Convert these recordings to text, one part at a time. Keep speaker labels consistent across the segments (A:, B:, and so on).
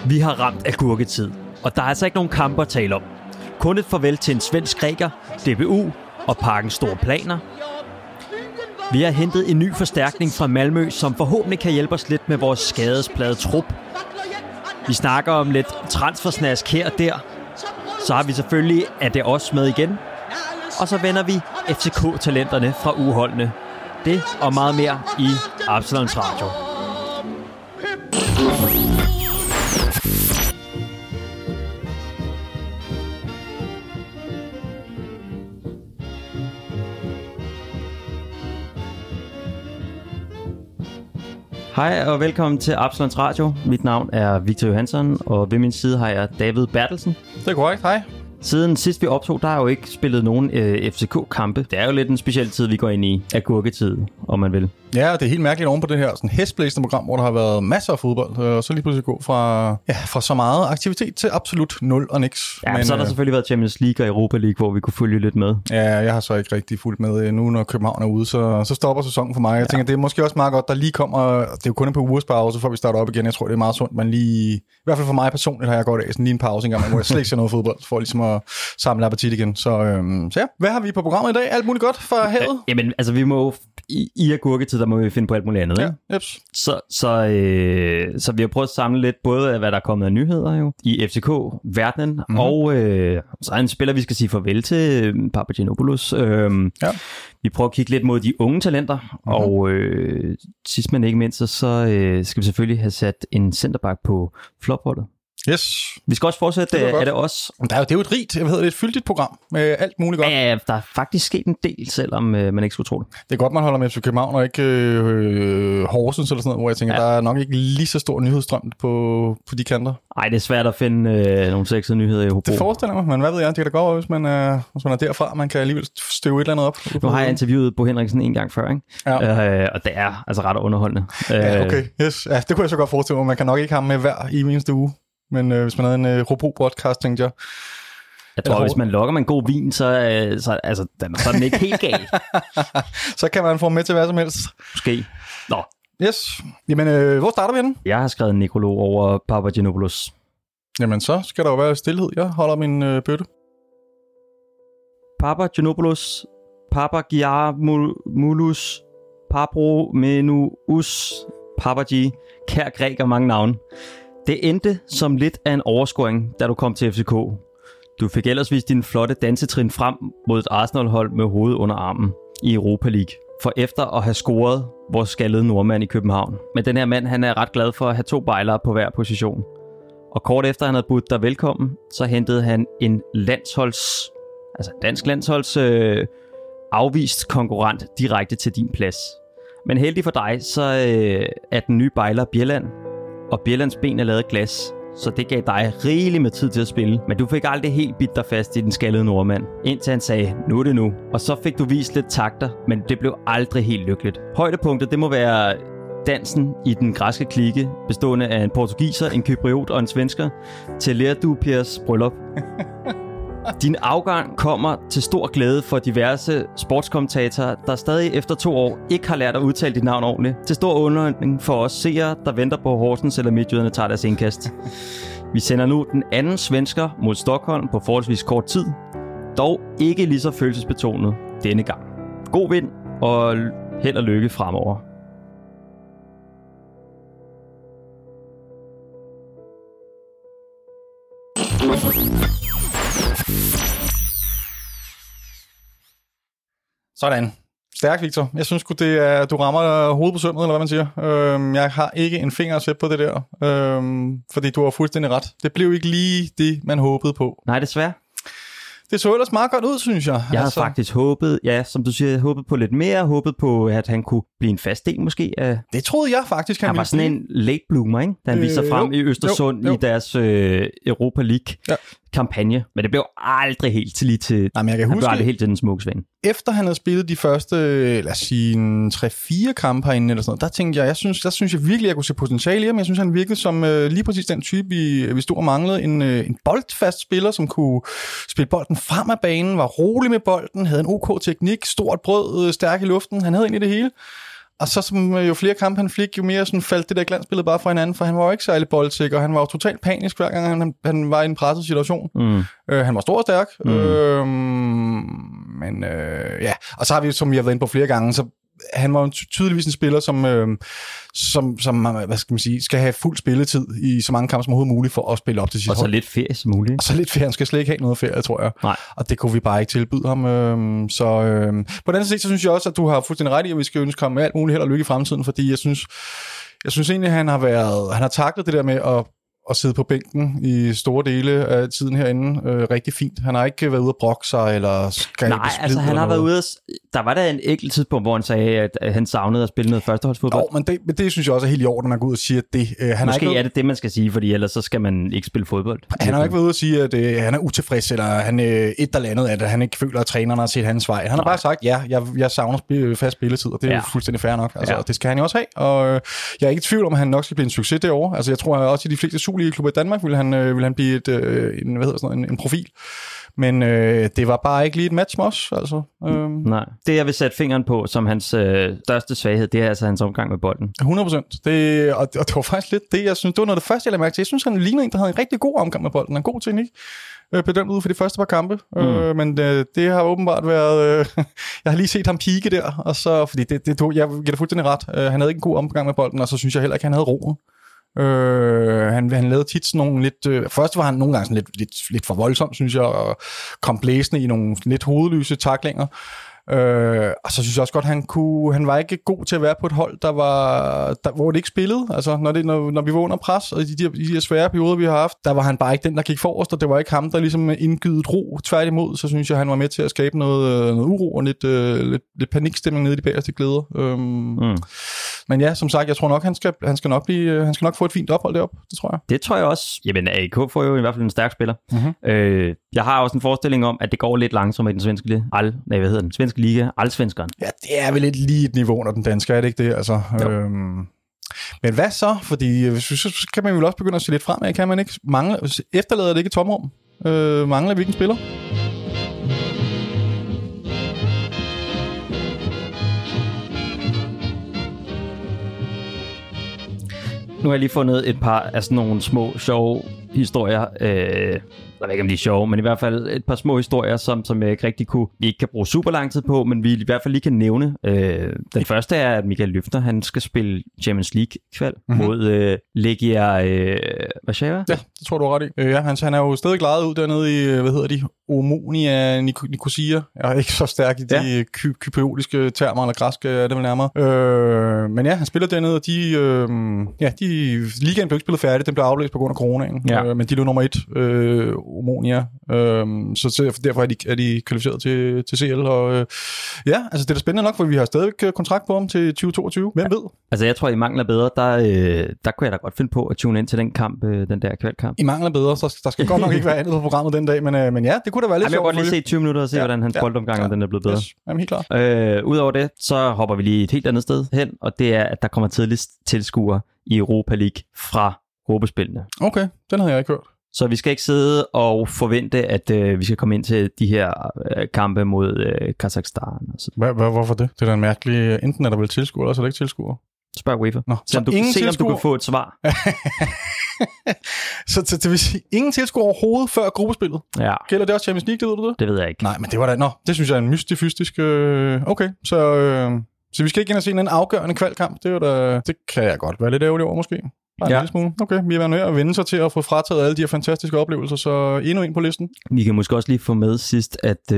A: Vi har ramt agurketid, og der er altså ikke nogen kampe at tale om. Kun et farvel til en svensk græker, DBU og Parkens store planer. Vi har hentet en ny forstærkning fra Malmø, som forhåbentlig kan hjælpe os lidt med vores skadesplade trup. Vi snakker om lidt transfersnask her og der. Så har vi selvfølgelig Er det os med igen. Og så vender vi FCK-talenterne fra uholdene. Det og meget mere i Absalons Radio. Hej og velkommen til Absalons Radio. Mit navn er Victor Johansson, og ved min side har jeg David Bertelsen.
B: Det er korrekt, hej.
A: Siden sidst vi optog, der har jo ikke spillet nogen FCK-kampe. Det er jo lidt en speciel tid, vi går ind i. Agurketid, om man vil.
B: Ja, det er helt mærkeligt oven på det her sådan hestblæsende program, hvor der har været masser af fodbold, og så lige pludselig gå fra så meget aktivitet til absolut nul og niks.
A: Ja, men så har der selvfølgelig været Champions League og Europa League, hvor vi kunne følge lidt med.
B: Ja, jeg har så ikke rigtig fulgt med nu, når København er ude, så stopper sæsonen for mig. Jeg tænker, det er måske også meget godt, der lige kommer, det er jo kun et par ugers pause, før vi starter op igen. Jeg tror, det er meget sundt, men lige, i hvert fald for mig personligt har jeg godt af sådan lige en pause engang, hvor jeg slet ikke ser noget fodbold, for ligesom at samle appetit igen. Så ja, hvad har vi på programmet i dag? Alt muligt godt for havet?
A: Jamen, altså vi må i agurketid, der må vi finde på alt muligt andet, ikke?
B: Ja, jeps.
A: Så vi har prøvet at samle lidt både af, hvad der er kommet af nyheder jo i FCK-verdenen, og så er en spiller, vi skal sige farvel til, Papagiannopoulos. Vi prøver at kigge lidt mod de unge talenter, og sidst men ikke mindst, så skal vi selvfølgelig have sat en centerback på flopholdet.
B: Yes.
A: Vi skal også fortsætte, er det også.
B: Det er jo et rigt, et fyldigt program med alt muligt godt.
A: Ja, der er faktisk sket en del, selvom man ikke skulle tro det.
B: Det er godt, man holder med FC København og ikke Horsens eller sådan noget, hvor jeg tænker, der er nok ikke lige så stor nyhedsstrøm på de kanter.
A: Nej, det er svært at finde nogle sexede nyheder i Hobro.
B: Det forestiller mig, men hvad ved jeg, det kan da godt være, hvis man er derfra, man kan alligevel støve et eller andet op.
A: Nu har jeg interviewet Bo Henriksen en gang før, ikke? Ja. Og det er altså ret underholdende.
B: Ja, okay. Yes. Ja, det kunne jeg så godt forestille mig. Man kan nok ikke have med hver i eneste uge. Men hvis man havde en Hobro-podcast, tænkte jeg.
A: Jeg tror, hvis man lokker med en god vin, så er den ikke helt gal.
B: Så kan man få med til hvad som helst.
A: Måske. Nå.
B: Yes. Jamen, hvor starter vi henne?
A: Jeg har skrevet en nekrolog over Papagiannopoulos.
B: Jamen, så skal der jo være stillhed. Jeg holder min bøtte.
A: Papagiannopoulos, Papagiannopoulos, Papromenous, Papagi, kær græker, mange navne. Det endte som lidt af en overskåring, da du kom til FCK. Du fik ellers vist din flotte dansetrin frem mod et Arsenal-hold med hovedet under armen i Europa League. For efter at have scoret vores skaldede nordmand i København. Men den her mand, han er ret glad for at have 2 bejlere på hver position. Og kort efter han havde budt dig velkommen, så hentede han en dansk landsholds afvist konkurrent direkte til din plads. Men heldig for dig, så er den nye bejler Bjelland. Og Bjellands ben er lavet af glas, så det gav dig rigeligt med tid til at spille. Men du fik aldrig helt bidt dig fast i den skaldede nordmand, indtil han sagde, nu er det nu. Og så fik du vist lidt takter, men det blev aldrig helt lykkeligt. Højdepunktet, det må være dansen i den græske klikke, bestående af en portugiser, en kypriot og en svensker, til Lerdupiers bryllup. Din afgang kommer til stor glæde for diverse sportskommentatorer, der stadig efter 2 år ikke har lært at udtale dit navn ordentligt. Til stor underholdning for os seere, der venter på Horsens eller Midtjyderne tager deres indkast. Vi sender nu den anden svensker mod Stockholm på forholdsvis kort tid, dog ikke lige så følelsesbetonet denne gang. God vind og held og lykke fremover.
B: Sådan. Stærk, Victor. Jeg synes sgu, du rammer hovedet på sømmet, eller hvad man siger. Jeg har ikke en finger at sætte på det der, fordi du har fuldstændig ret. Det blev ikke lige det, man håbede på.
A: Nej, desværre.
B: Det så ellers meget godt ud, synes jeg.
A: Jeg havde faktisk håbet, ja, som du siger, håbet på lidt mere, håbet på, at han kunne blive en fast del måske af...
B: Det troede jeg faktisk,
A: han var sådan en late bloomer, ikke? Da han viste sig frem i Østersund i deres Europa League kampagne, men det blev aldrig helt til
B: Nej, men jeg kan
A: han
B: huske,
A: blev aldrig helt til den smukke svend.
B: Efter han havde spillet de første, lad os sige, 3-4 kampe herinde eller sådan noget, der tænkte jeg, der synes jeg virkelig, jeg kunne se potentiale i ham. Jeg synes, han virkede som lige præcis den type, vi stod og manglede. En boldfast spiller, som kunne spille bolden frem af banen, var rolig med bolden, havde en OK teknik, stort brød, stærk i luften. Han havde egentlig det hele. Og så som jo flere kampe han fik, jo mere sådan faldt det der glansbillede bare fra hinanden, for han var jo ikke særlig boldsikker. Han var jo totalt panisk, hver gang han var i en presset situation. Han var stor og stærk. Men ja, og så har vi, som vi har været inde på flere gange, så han var jo tydeligvis en spiller, som hvad skal man sige, skal have fuld spilletid i så mange kampe som overhovedet muligt for at spille op til sit hold.
A: Og så lidt ferie som muligt.
B: Og så lidt ferie. Han skal slet ikke have noget ferie, tror jeg.
A: Nej.
B: Og det kunne vi bare ikke tilbyde ham. På den anden side, så synes jeg også, at du har fuldstændig ret i, at vi skal ønske ham alt muligt held og lykke i fremtiden, fordi jeg synes egentlig, at han har taklet det der med at sidde på bænken i store dele af tiden herinde rigtig fint. Han har ikke været ude at brokke sig eller skabe
A: Nej, altså han har været ude der var der en enkelt tidspunkt, hvor han sagde, at han savnede at spille noget førsteholdsfodbold.
B: Jo, men det synes jeg også er helt i orden, at man går ud og siger, at det...
A: Måske er det, man skal sige, fordi ellers så skal man ikke spille fodbold.
B: Han har ikke været ude og sige, at han er utilfreds, eller han et eller andet, at han ikke føler, at træneren har set hans vej. Han har bare sagt, ja, jeg savner fast spilletid, og det er jo fuldstændig fair nok. Altså, det skal han jo også have, og jeg er ikke i tvivl om, at han nok skal blive en succes derovre. Altså, jeg tror også, at de fleste Superliga-klubber i Danmark vil han blive en profil. Men det var bare ikke lige et match med os, altså.
A: Nej. Det, jeg vil sætte fingeren på som hans største svaghed, det er altså hans omgang med bolden.
B: 100%. Og det var faktisk lidt det, jeg synes, det var noget af det første, jeg lagde mærke til. Jeg synes, han lignede en, der havde en rigtig god omgang med bolden. En god teknik. Bedømt ud for de første par kampe. Men det har åbenbart været... jeg har lige set ham pike der, og så... Fordi jeg giver det fuldstændig ret. Han havde ikke en god omgang med bolden, og så synes jeg heller ikke, han havde roen. Han lavede tit sådan nogle lidt... først var han nogle gange sådan lidt for voldsom, synes jeg, og kom blæsende i nogle lidt hovedløse tacklinger. Og så synes jeg også godt, han var ikke god til at være på et hold, hvor det ikke spillede. Altså, når vi var under pres, og i de her svære perioder, vi har haft, der var han bare ikke den, der gik forrest, og det var ikke ham, der ligesom indgydet ro. Tværtimod, så synes jeg, han var med til at skabe noget uro og lidt panikstemning nede i de bagerste glæder. Men ja, som sagt, jeg tror nok, han skal nok få et fint ophold deroppe, det tror jeg. Det
A: tror jeg også. Jamen, AIK får jo i hvert fald en stærk spiller. Jeg har også en forestilling om, at det går lidt langsomt i den svenske svenske liga, Allsvenskan. Ja, det er vel lidt lige et niveau under den danske, er det ikke det? Altså,
B: men hvad så? Fordi så kan man jo også begynde at se lidt fremad, kan man ikke? Efterlader det ikke et tomrum? Mangler hvilken spiller?
A: Nu har jeg lige fundet et par af sådan nogle små, sjove historier. Jeg ved ikke, om de er sjove, men i hvert fald et par små historier, som jeg vi ikke kan bruge super lang tid på, men vi i hvert fald lige kan nævne. Den første er, at Michael Løfter, han skal spille Champions League-kval mod Legia Warszawa.
B: Ja, det tror du ret i. Ja, han er jo stadig lejet ud dernede i, Omonia Nicosia. Jeg er ikke så stærk i de kypriotiske termer, eller græske er det vel nærmere. Men ja, han spiller dernede, og ligaen blev ikke spillet færdig, den blev aflæst på grund af coronaen. Ja. Men de lå nummer 1, Omonia. Så derfor er de kvalificeret til CL. Og altså det er da spændende nok, for vi har stadig kontrakt på ham til 2022. Hvem ved?
A: Altså jeg tror, i mangler bedre, der kunne jeg da godt finde på at tune ind til den kamp, den der kvalkamp.
B: I mangler bedre, så der skal godt nok ikke være andet på programmet den dag, men ja, det kunne da være lidt sjovt.
A: Jeg vil godt lige se 20 minutter og se, hvordan hans boldomgang den er blevet bedre.
B: Yes. Jamen helt klart.
A: Udover det, så hopper vi lige et helt andet sted hen, og det er, at der kommer tidligst tilskuere i Europa League fra gruppespillene. Okay, den havde jeg ikke hørt. Så vi skal ikke sidde og forvente, at vi skal komme ind til de her kampe mod Kazakhstan.
B: Hvorfor det? Det er da en mærkelig... Enten er der vel tilskuere, eller så er der ikke tilskuere.
A: Spørg UEFA. Så om du kan få et svar.
B: så det vil sige, ingen tilskuere overhovedet før gruppespillet? Ja. Gælder det også Champions League, ved du det?
A: Det ved jeg ikke.
B: Nej, men det var da... det synes jeg er en mystifystisk... Okay, så vi skal ikke ind og se en afgørende kvalkamp. Det kan jeg godt være lidt ærgerlig over, måske. Ja. Okay, vi har været nødt at vende sig til at få frataget alle de her fantastiske oplevelser, så endnu en på listen. Vi kan måske også lige få med sidst, at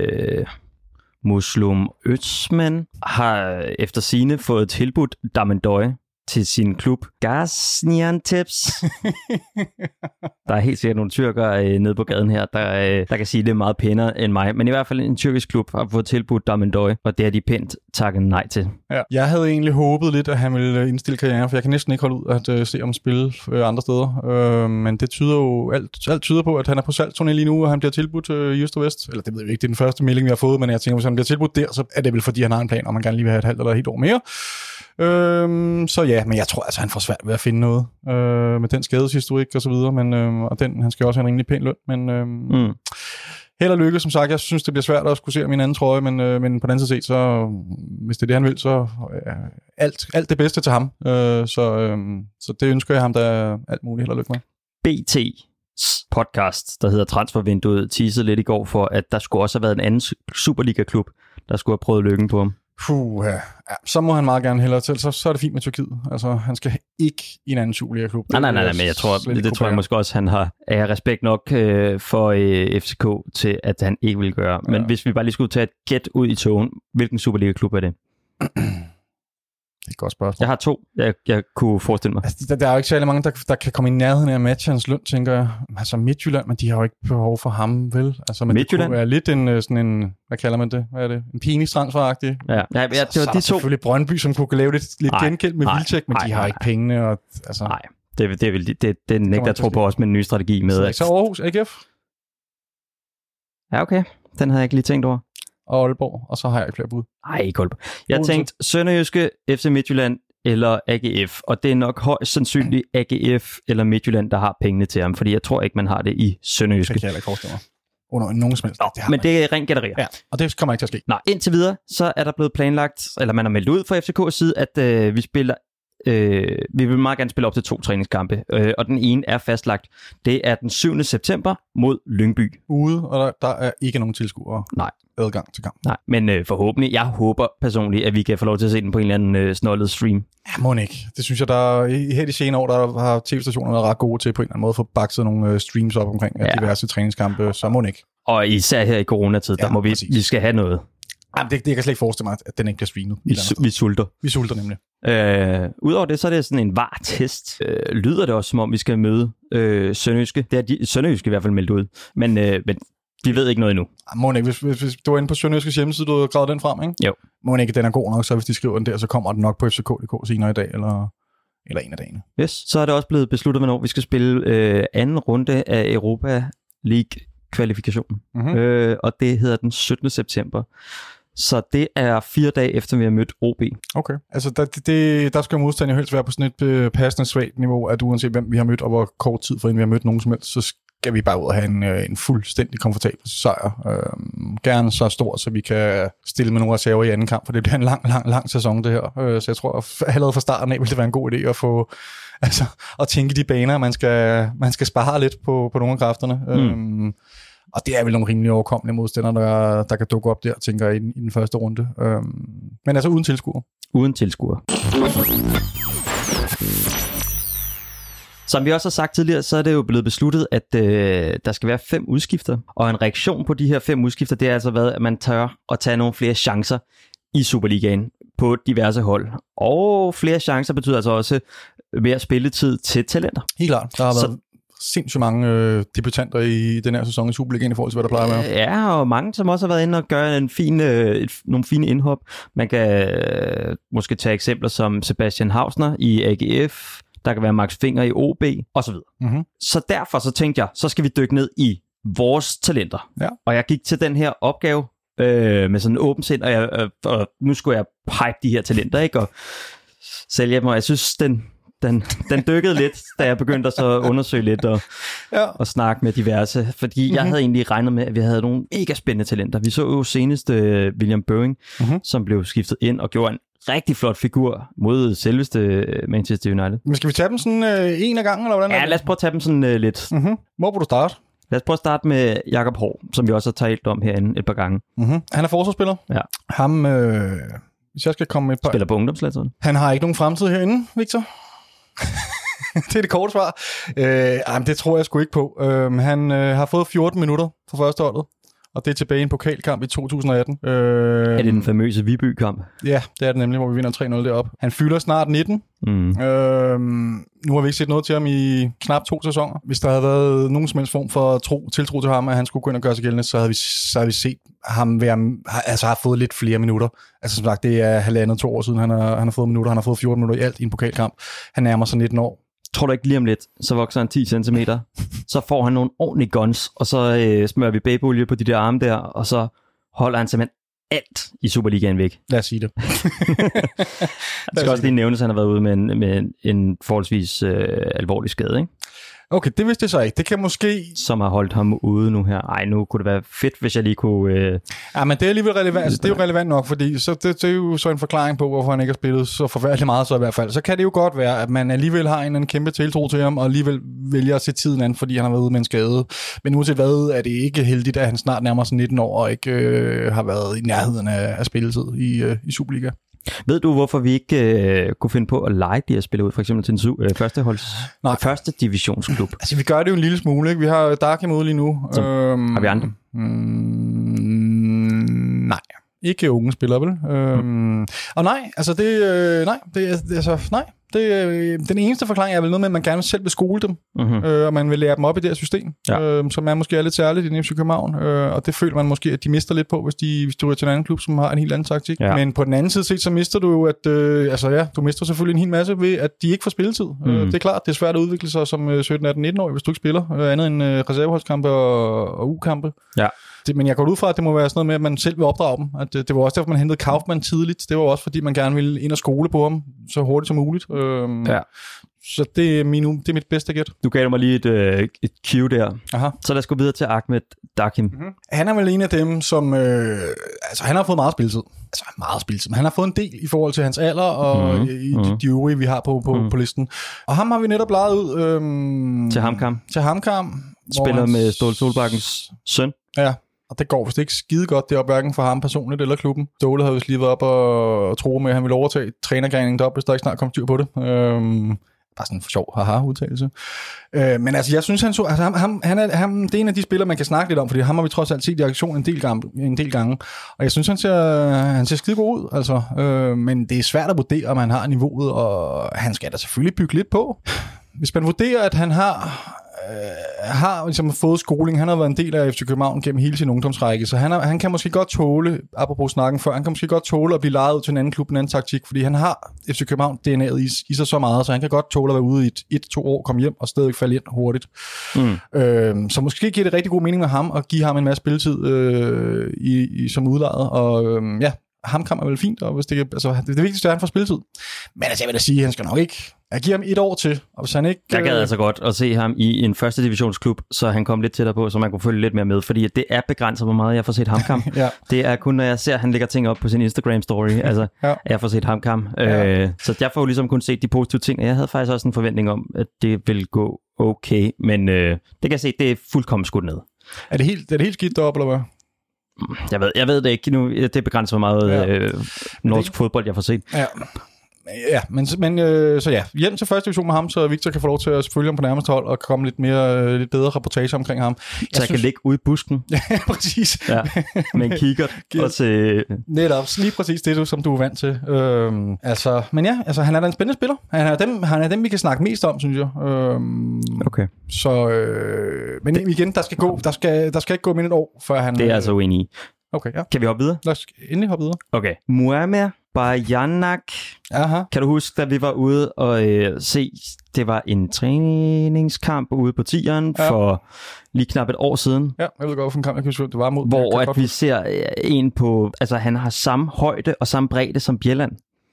B: Muslim Özmen har efter sigende fået tilbudt Damendøj til sin klub Gaziantep. Der er helt sikkert nogle tyrkere nede på gaden her, der kan sige, det er meget pænere end mig. Men i hvert fald en tyrkisk klub har fået tilbudt Damendøj, og det har de pænt takket nej til. Ja. Jeg havde egentlig håbet lidt, at han ville indstille karriere, for jeg kan næsten ikke holde ud at se om spille andre steder. Men det tyder jo alt tyder på, at han er på salgsturné lige nu, og han bliver tilbudt i Øst og Vest. Eller det ved jeg ikke, det er den første melding, vi har fået, men jeg tænker, hvis han bliver tilbudt der, så er det vel fordi, han har en plan, og man gerne lige vil have et halvt eller et helt år mere. Så ja, men jeg tror altså, han får svært ved at finde noget med den skadeshistorik og så videre, men han skal også have en rimelig pæn løn, men Held og lykke, som sagt. Jeg synes, det bliver svært at skulle se min anden trøje, men på den anden side set, så hvis det er det, han vil, så alt det bedste til ham. Så det ønsker jeg ham, der er alt muligt held og lykke med.
A: BT's podcast, der hedder Transfervinduet, teasede lidt i går for, at der skulle også have været en anden Superliga-klub, der skulle have prøvet lykken på ham.
B: Ja. Så må han meget gerne hellere til. Så er det fint med Tyrkiet. Altså, han skal ikke i en anden Superliga-klub.
A: Nej, men jeg tror jeg måske også, han har respekt nok for FCK til, at han ikke vil gøre. Men hvis vi bare lige skulle tage et gæt ud i togen, hvilken Superliga-klub er det?
B: Det er et godt spørgsmål.
A: Jeg har 2, jeg kunne forestille mig.
B: Altså, der er jo ikke særlig mange, der kan komme i nærheden af at matche hans løn, tænker jeg. Altså Midtjylland, men de har jo ikke behov for ham, vel? Altså, men
A: Midtjylland?
B: Det kunne være lidt sådan en, hvad kalder man det? Hvad er det? En penis-transferagtig.
A: Ja, det var
B: så
A: de 2.
B: Selvfølgelig Brøndby, som kunne lave lidt gengæld med Vilcek, men de har ikke pengene. Og, altså.
A: Nej, det nægter jeg tror på også med en ny strategi med.
B: Så Aarhus, AGF?
A: Ja, okay. Den havde jeg ikke lige tænkt over.
B: Og Aalborg, og så har jeg ikke flere bud.
A: Nej, ikke Aalborg. Jeg tænkte Sønderjyske, FC Midtjylland eller AGF, og det er nok højst sandsynligt AGF eller Midtjylland, der har pengene til ham, fordi jeg tror ikke, man har det i Sønderjyske.
B: Det kan jeg ikke forestille mig. Under nogen som helst.
A: Men det er rent gætterier.
B: Ja, og det kommer ikke til at ske.
A: Nej, indtil videre, så er der blevet planlagt, eller man har meldt ud fra FCK's side, at vi spiller vi vil meget gerne spille op til 2 træningskampe, og den ene er fastlagt. Det er den 7. september mod Lyngby.
B: Ude, og der er ikke nogen tilskuere.
A: Nej.
B: Adgang til kampen.
A: Nej, men forhåbentlig, jeg håber personligt, at vi kan få lov til at se den på en eller anden snollet stream.
B: Ja, må ikke. Det synes jeg, der her de senere år, der har tv-stationerne været ret gode til på en eller anden måde at få bakset nogle streams op omkring diverse træningskampe, så må ikke.
A: Og især her i coronatid, der må vi skal have noget.
B: Jamen, det kan jeg slet ikke forestille mig, at den ikke bliver streamet.
A: Vi sulter.
B: Vi sulter nemlig.
A: Udover det, så er det sådan en VAR-test. Lyder det også, som om vi skal møde Sønderjyske? Det er Sønderjyske i hvert fald meldt ud. Men vi ved ikke noget endnu.
B: Må ikke, hvis du var inde på Sønderjyskes hjemmeside, du har gravet den frem, ikke?
A: Jo.
B: Må ikke, den er god nok, så hvis de skriver den der, så kommer den nok på FCK.dk senere i dag, eller en af dagene.
A: Yes, så er det også blevet besluttet, hvornår vi skal spille anden runde af Europa League-kvalifikationen. Mm-hmm. Og det hedder den 17. september. Så det er 4 dage efter, vi har mødt OB.
B: Okay. Altså, der skal modstanden jo helst være på sådan et passende svagt niveau, at uanset hvem vi har mødt, og hvor kort tid forinden vi har mødt nogen som helst, så skal vi bare ud og have en fuldstændig komfortabel sejr. Gerne så stor, så vi kan stille med nogle reserver i anden kamp, for det bliver en lang sæson, det her. Så jeg tror, at allerede fra starten af vil det være en god idé at få, altså, at tænke de baner, man skal spare lidt på nogle af kræfterne. Og det er vel nogle rimelig overkommelige modstandere, der kan dukke op der, tænker jeg, i den første runde. Men altså uden tilskuer.
A: Uden tilskuer. Som vi også har sagt tidligere, så er det jo blevet besluttet, at der skal være 5 udskifter. Og en reaktion på de her 5 udskifter, det har altså været, at man tør at tage nogle flere chancer i Superligaen på diverse hold. Og flere chancer betyder altså også mere spilletid til talenter. Helt klart.
B: Der har været sindssygt mange debutanter i den her sæson i Superligaen i forhold til, hvad der plejer at være.
A: Ja, og mange, som også har været inde og gøre nogle fine indhop. Man kan måske tage eksempler som Sebastian Hausner i AGF, der kan være Max Finger i OB, osv. Mm-hmm. Så derfor så tænkte jeg, så skal vi dykke ned i vores talenter. Ja. Og jeg gik til den her opgave med sådan en åben sind, og nu skulle jeg hype de her talenter, ikke? Og sælge dem, og jeg synes, den dykkede lidt, da jeg begyndte at så undersøge lidt og snakke med diverse, fordi jeg havde egentlig regnet med, at vi havde nogle mega spændende talenter. Vi så jo senest William Boeing, som blev skiftet ind og gjorde en rigtig flot figur mod selveste Manchester United. Men
B: skal vi tage dem sådan en af gangen, eller hvordan?
A: Ja, lad os prøve at tage dem sådan lidt.
B: Hvor vil du starte?
A: Lad os prøve at starte med Jakob Haahr, som vi også har talt om herinde et par gange.
B: Han er forsvarsspiller. Ja. Ham, hvis jeg skal komme med et par...
A: Spiller på ungdomslandsholdet.
B: Han har ikke nogen fremtid herinde, Victor. Det er det korte svar. Det tror jeg sgu ikke på. Han har fået 14 minutter for førsteholdet, og det er tilbage i en pokalkamp i 2018.
A: Er det den famøse Viby-kamp?
B: Ja, det er det nemlig, hvor vi vinder 3-0 deroppe. Han fylder snart 19. Nu har vi ikke set noget til ham i knap 2 sæsoner. Hvis der havde været nogen som helst form for tiltro til ham, at han skulle gå ind og gøre sig gældende, så havde vi set ham har fået lidt flere minutter. Altså som sagt, det er 1,5-2 år siden, han har fået minutter. Han har fået 14 minutter i alt i en pokalkamp. Han nærmer sig 19 år.
A: Tror du ikke lige om lidt, så vokser han 10 cm, så får han nogle ordentlige guns, og så smører vi babeolie på de der arme der, og så holder han simpelthen alt i Superligaen væk.
B: Lad os sige det.
A: Det skal også lige nævnes, at han har været ude med en forholdsvis alvorlig skade, ikke?
B: Okay, det vidste jeg så ikke. Det kan måske...
A: Som har holdt ham ude nu her. Ej, nu kunne det være fedt, hvis jeg lige kunne...
B: Ja, men det er alligevel relevant. Altså, det er jo relevant nok, fordi så det er jo så en forklaring på, hvorfor han ikke har spillet så forfærdeligt meget, så i hvert fald. Så kan det jo godt være, at man alligevel har en kæmpe tiltro til ham, og alligevel vælger at se tiden an, fordi han har været ude med en skade. Men uanset hvad, er det ikke heldigt, at han snart nærmer sig 19 år, og ikke har været i nærheden af spilletid i Superliga.
A: Ved du, hvorfor vi ikke kunne finde på at lege de her spillere ud, for eksempel til en første divisionsklub?
B: Altså, vi gør det jo en lille smule, ikke? Vi har Darkim ude lige nu.
A: Har vi andre?
B: Nej. Ikke unge spillere, vel? Og nej, altså den eneste forklaring er vel noget med, at man gerne selv vil skole dem, og man vil lære dem op i det her system, som er måske lidt særligt i FC København, og det føler man måske, at de mister lidt på, hvis du er til en anden klub, som har en helt anden taktik. Ja. Men på den anden side set, så mister du jo, at du mister selvfølgelig en hel masse ved, at de ikke får spilletid. Det er klart, det er svært at udvikle sig som 17, 18, 19-årig, hvis du ikke spiller andet end reserveholdskampe og U-kampe. Ja. Men jeg går ud fra, at det må være sådan noget med, at man selv vil opdrage dem. At det var også derfor, man hentede Kaufmann tidligt. Det var også, fordi man gerne ville ind og skole på ham så hurtigt som muligt. Så det er mit bedste gæt.
A: Du gav mig lige et cue der. Aha. Så lad os gå videre til Ahmed Darkim.
B: Han er vel en af dem, som... han har fået meget spilletid. Men han har fået en del i forhold til hans alder og de øvrige, vi har på listen. Og ham har vi netop lejet ud...
A: Til Hamkam. Spiller med Ståle Solbakkens søn.
B: Ja, og det går vist ikke skide godt deroppe, hverken for ham personligt eller klubben. Ståle havde vist lige været op og tro med, at han ville overtage trænergærningen deroppe, hvis der ikke snart kom styr på det. Bare sådan en for sjov haha-udtalelse. Men altså, jeg synes, det er en af de spillere, man kan snakke lidt om, fordi ham har vi trods alt set i aktion en del gange. Og jeg synes, han ser skide god ud, altså. Men det er svært at vurdere, om han har niveauet, og han skal da selvfølgelig bygge lidt på. Hvis man vurderer, at han har ligesom fået skoling. Han har været en del af FC København gennem hele sin ungdomsrække, så han kan måske godt tåle, apropos snakken før, han kan måske godt tåle at blive lejet ud til en anden klub, en anden taktik, fordi han har FC København DNA'et i sig så meget, så han kan godt tåle at være ude i 1-2 år, komme hjem og stadig falde ind hurtigt. Så måske giver det rigtig god mening med ham at give ham en masse spilletid som udlejet, og ham kan man vel fint, og hvis det vigtigste er, at han får spilletid. Men altså, jeg vil da sige, at han skal nok ikke... Jeg giver ham 1 år til, og hvis han ikke...
A: Jeg gad altså godt at se ham i en første divisionsklub, så han kom lidt tættere på, så man kunne følge lidt mere med, fordi det er begrænset, hvor meget jeg får set Hamkam. Ja. Det er kun, når jeg ser, at han lægger ting op på sin Instagram-story, altså, jeg får set Hamkam. Så jeg får jo ligesom kun set de positive ting, og jeg havde faktisk også en forventning om, at det ville gå okay, men det kan jeg se, det er fuldkommen skudt ned.
B: Er det helt skidt deroppe, eller hvad?
A: Jeg ved det ikke nu. Det er begrænset, hvor meget norsk fodbold, jeg får set.
B: Ja, men så ja, hjem til første division med ham, så Victor kan få lov til at følge ham på nærmeste hold og komme lidt bedre reportage omkring ham.
A: Jeg kan ligge ude i busken.
B: Ja, præcis.
A: Ja, med en kikkert og se...
B: Netop, lige præcis det, som du er vant til. Men ja, han er da en spændende spiller. Han er dem, vi kan snakke mest om, synes jeg.
A: Okay.
B: Så, men igen, der skal ikke gå mindre et år, før han...
A: Det er altså uenig i.
B: Okay, ja.
A: Kan vi hoppe videre?
B: Lad os endelig hoppe videre.
A: Okay. Muammer Bayanak. Aha. Kan du huske, da vi var ude og se, det var en træningskamp ude på Tieren for lige knap et år siden.
B: Ja, jeg ved godt, hvilken kamp jeg kan huske, det var mod.
A: Hvor at vi ser en på, altså han har samme højde og samme bredde som Bjelland.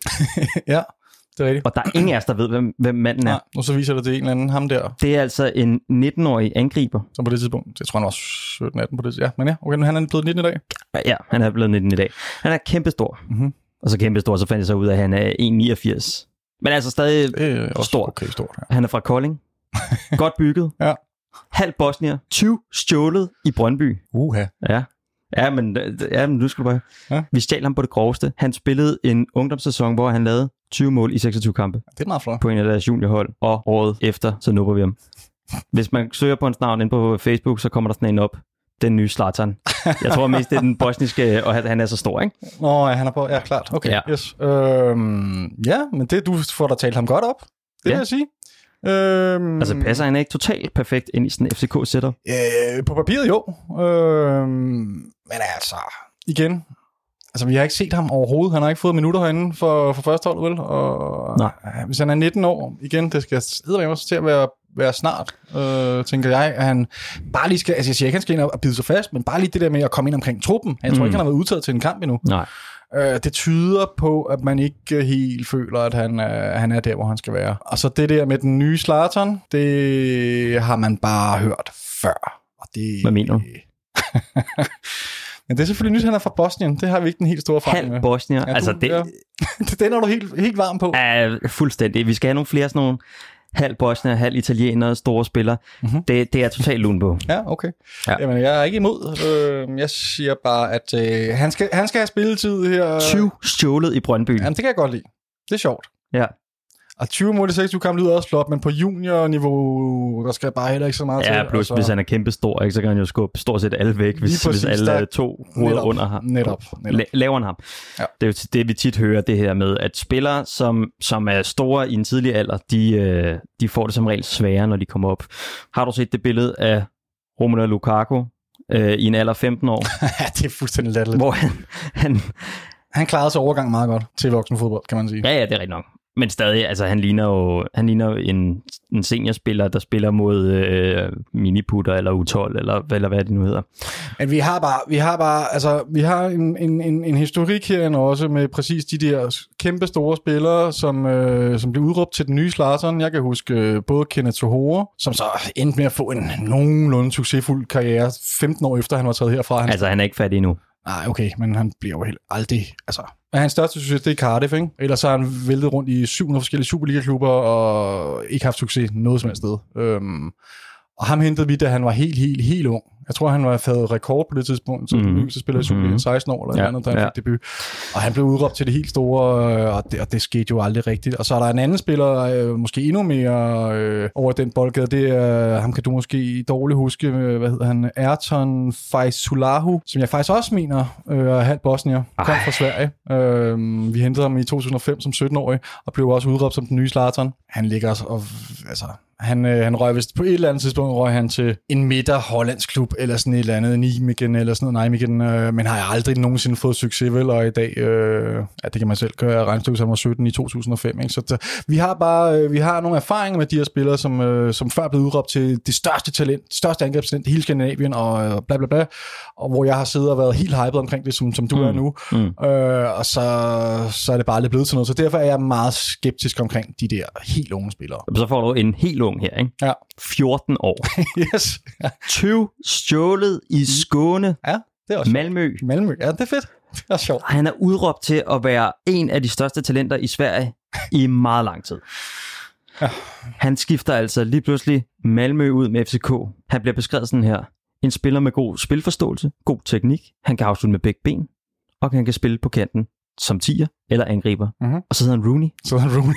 B: Ja, det er rigtigt.
A: Og der er ingen af os, der ved, hvem manden er.
B: Ja, og så viser det en eller anden ham der.
A: Det er altså en 19-årig angriber.
B: Som på det tidspunkt, jeg tror han var 17-18 på det. Ja, men ja, okay, han er blevet 19 i dag.
A: Ja, han er blevet 19 i dag. Han er kæmpestor. Mm-hmm. Og så kæmpestor, så fandt jeg så ud af, at han er 1,89. Men altså stadig stor.
B: Okay, stort, ja.
A: Han er fra Kolding. Godt bygget.
B: Ja.
A: Halv bosnier. 20 stjålet i Brøndby. Ja. Ja, men nu skal du bare... Ja. Vi stjal ham på det groveste. Han spillede en ungdomssæson, hvor han lavede 20 mål i 26 kampe.
B: Det er meget flot.
A: På en af deres juniorhold. Og året efter, så nupper vi ham. Hvis man søger på hans navn inde på Facebook, så kommer der sådan en op. Den nye Zlatan. Jeg tror mest, det er den bosniske, og han er så stor, ikke?
B: Nå, ja, han er på... Ja, klart. Okay, ja. Yes. Men det, du får da talt ham godt op. Det vil jeg sige.
A: Altså, passer han ikke totalt perfekt ind i sådan en FCK-setup?
B: På papiret jo. Men altså, igen... Altså, vi har ikke set ham overhovedet. Han har ikke fået minutter herinde for første hold, vel? Og hvis han er 19 år, igen, det skal også til at være snart, tænker jeg, at han bare lige skal, altså jeg siger ikke, han skal ind og bide sig fast, men bare lige det der med at komme ind omkring truppen. Jeg tror ikke, han har været udtaget til en kamp endnu.
A: Nej.
B: Det tyder på, at man ikke helt føler, at han er der, hvor han skal være. Og så det der med den nye Zlatan, det har man bare hørt før. Og det...
A: Hvad mener du?
B: Men det er selvfølgelig nyt, han er fra Bosnien. Det har vi ikke den helt store erfaring med.
A: Halv Bosnier.
B: Ja,
A: altså,
B: den er du helt varm på.
A: Fuldstændig. Vi skal have nogle flere sådan nogle halv Bosnier, halv italiener, store spillere. Mm-hmm. Det er totalt lun på.
B: Ja, okay. Ja. Jamen, jeg er ikke imod. Jeg siger bare, at han skal have spilletid her.
A: 20 stjålet i Brøndby.
B: Jamen, det kan jeg godt lide. Det er sjovt.
A: Ja.
B: Og 20 mål i 26 kampe lyder også flot, men på juniorniveau, der skal bare heller ikke så meget til.
A: Ja, plus hvis han er kæmpe stor, ikke, så kan han jo skubbe stort set alle væk, hvis alle to hoveder under ham.
B: Netop.
A: Laver han ham. Ja. Det er jo det, vi tit hører, det her med, at spillere, som er store i en tidlig alder, de får det som regel sværere, når de kommer op. Har du set det billede af Romelu Lukaku i en alder 15 år?
B: Ja, det er fuldstændig latterligt.
A: Hvor
B: han klarede sig overgang meget godt til voksenfodbold, kan man sige.
A: Ja, det er rigtigt nok. Men stadig, altså han ligner jo en seniorspiller, der spiller mod miniputter eller U12 eller hvad det nu hedder.
B: Men vi har en historik herinde også med præcis de der kæmpe store spillere, som blev udråbt til den nye Zlatan. Jeg kan huske både Kenneth Zohore, som så endte med at få en nogenlunde succesfuld karriere 15 år efter han var taget herfra.
A: Altså han er ikke færdig endnu.
B: Nej, okay, men han bliver jo helt aldrig, altså... Hans største succes, det er Cardiff, ikke? Ellers har han væltet rundt i 700 forskellige Superliga-klubber og ikke haft succes noget som helst sted. Og ham hentede vi, da han var helt ung. Jeg tror, han var fadet rekord på det tidspunkt, så debut, så spillede i Superliga 16 år eller andet, da han fik debut. Og han blev udråbt til det helt store, og det skete jo aldrig rigtigt. Og så er der en anden spiller, måske endnu mere over den boldgade, det er, ham kan du måske dårligt huske, hvad hedder han, Erton Faizulahu, som jeg faktisk også mener er halv bosnier, kom fra Sverige. Vi hentede ham i 2005 som 17-årig, og blev også udråbt som den nye Zlatan. Han ligger og altså... Han røg vist på et eller andet tidspunkt røg han til en midter-hollandsk klub, eller sådan et eller andet, Nijmegen, eller sådan noget, Nijmegen, men har aldrig nogensinde fået succes, vel, og i dag, det kan man selv gøre, regnstykke, som var 17 i 2005, ikke? Så vi har nogle erfaringer med de her spillere, som før blev udråbt til det største talent, største angrebstalent i hele Skandinavien, og bla bla bla, og hvor jeg har siddet og været helt hyped omkring det, som du er nu, og så er det bare lidt blevet til noget, så derfor er jeg meget skeptisk omkring de der helt unge spillere.
A: Så får du en helt ung her, ikke?
B: Ja.
A: 14 år.
B: Yes. Ja.
A: 20 stjålet i Skåne.
B: Ja, det er også
A: Malmø.
B: Ja, det er fedt. Det er sjovt.
A: Han er udråbt til at være en af de største talenter i Sverige i meget lang tid. Ja. Han skifter altså lige pludselig Malmø ud med FCK. Han bliver beskrevet sådan her. En spiller med god spilforståelse, god teknik. Han kan afslutte med begge ben, og han kan spille på kanten som tier eller angriber. Og så hedder han Rooney.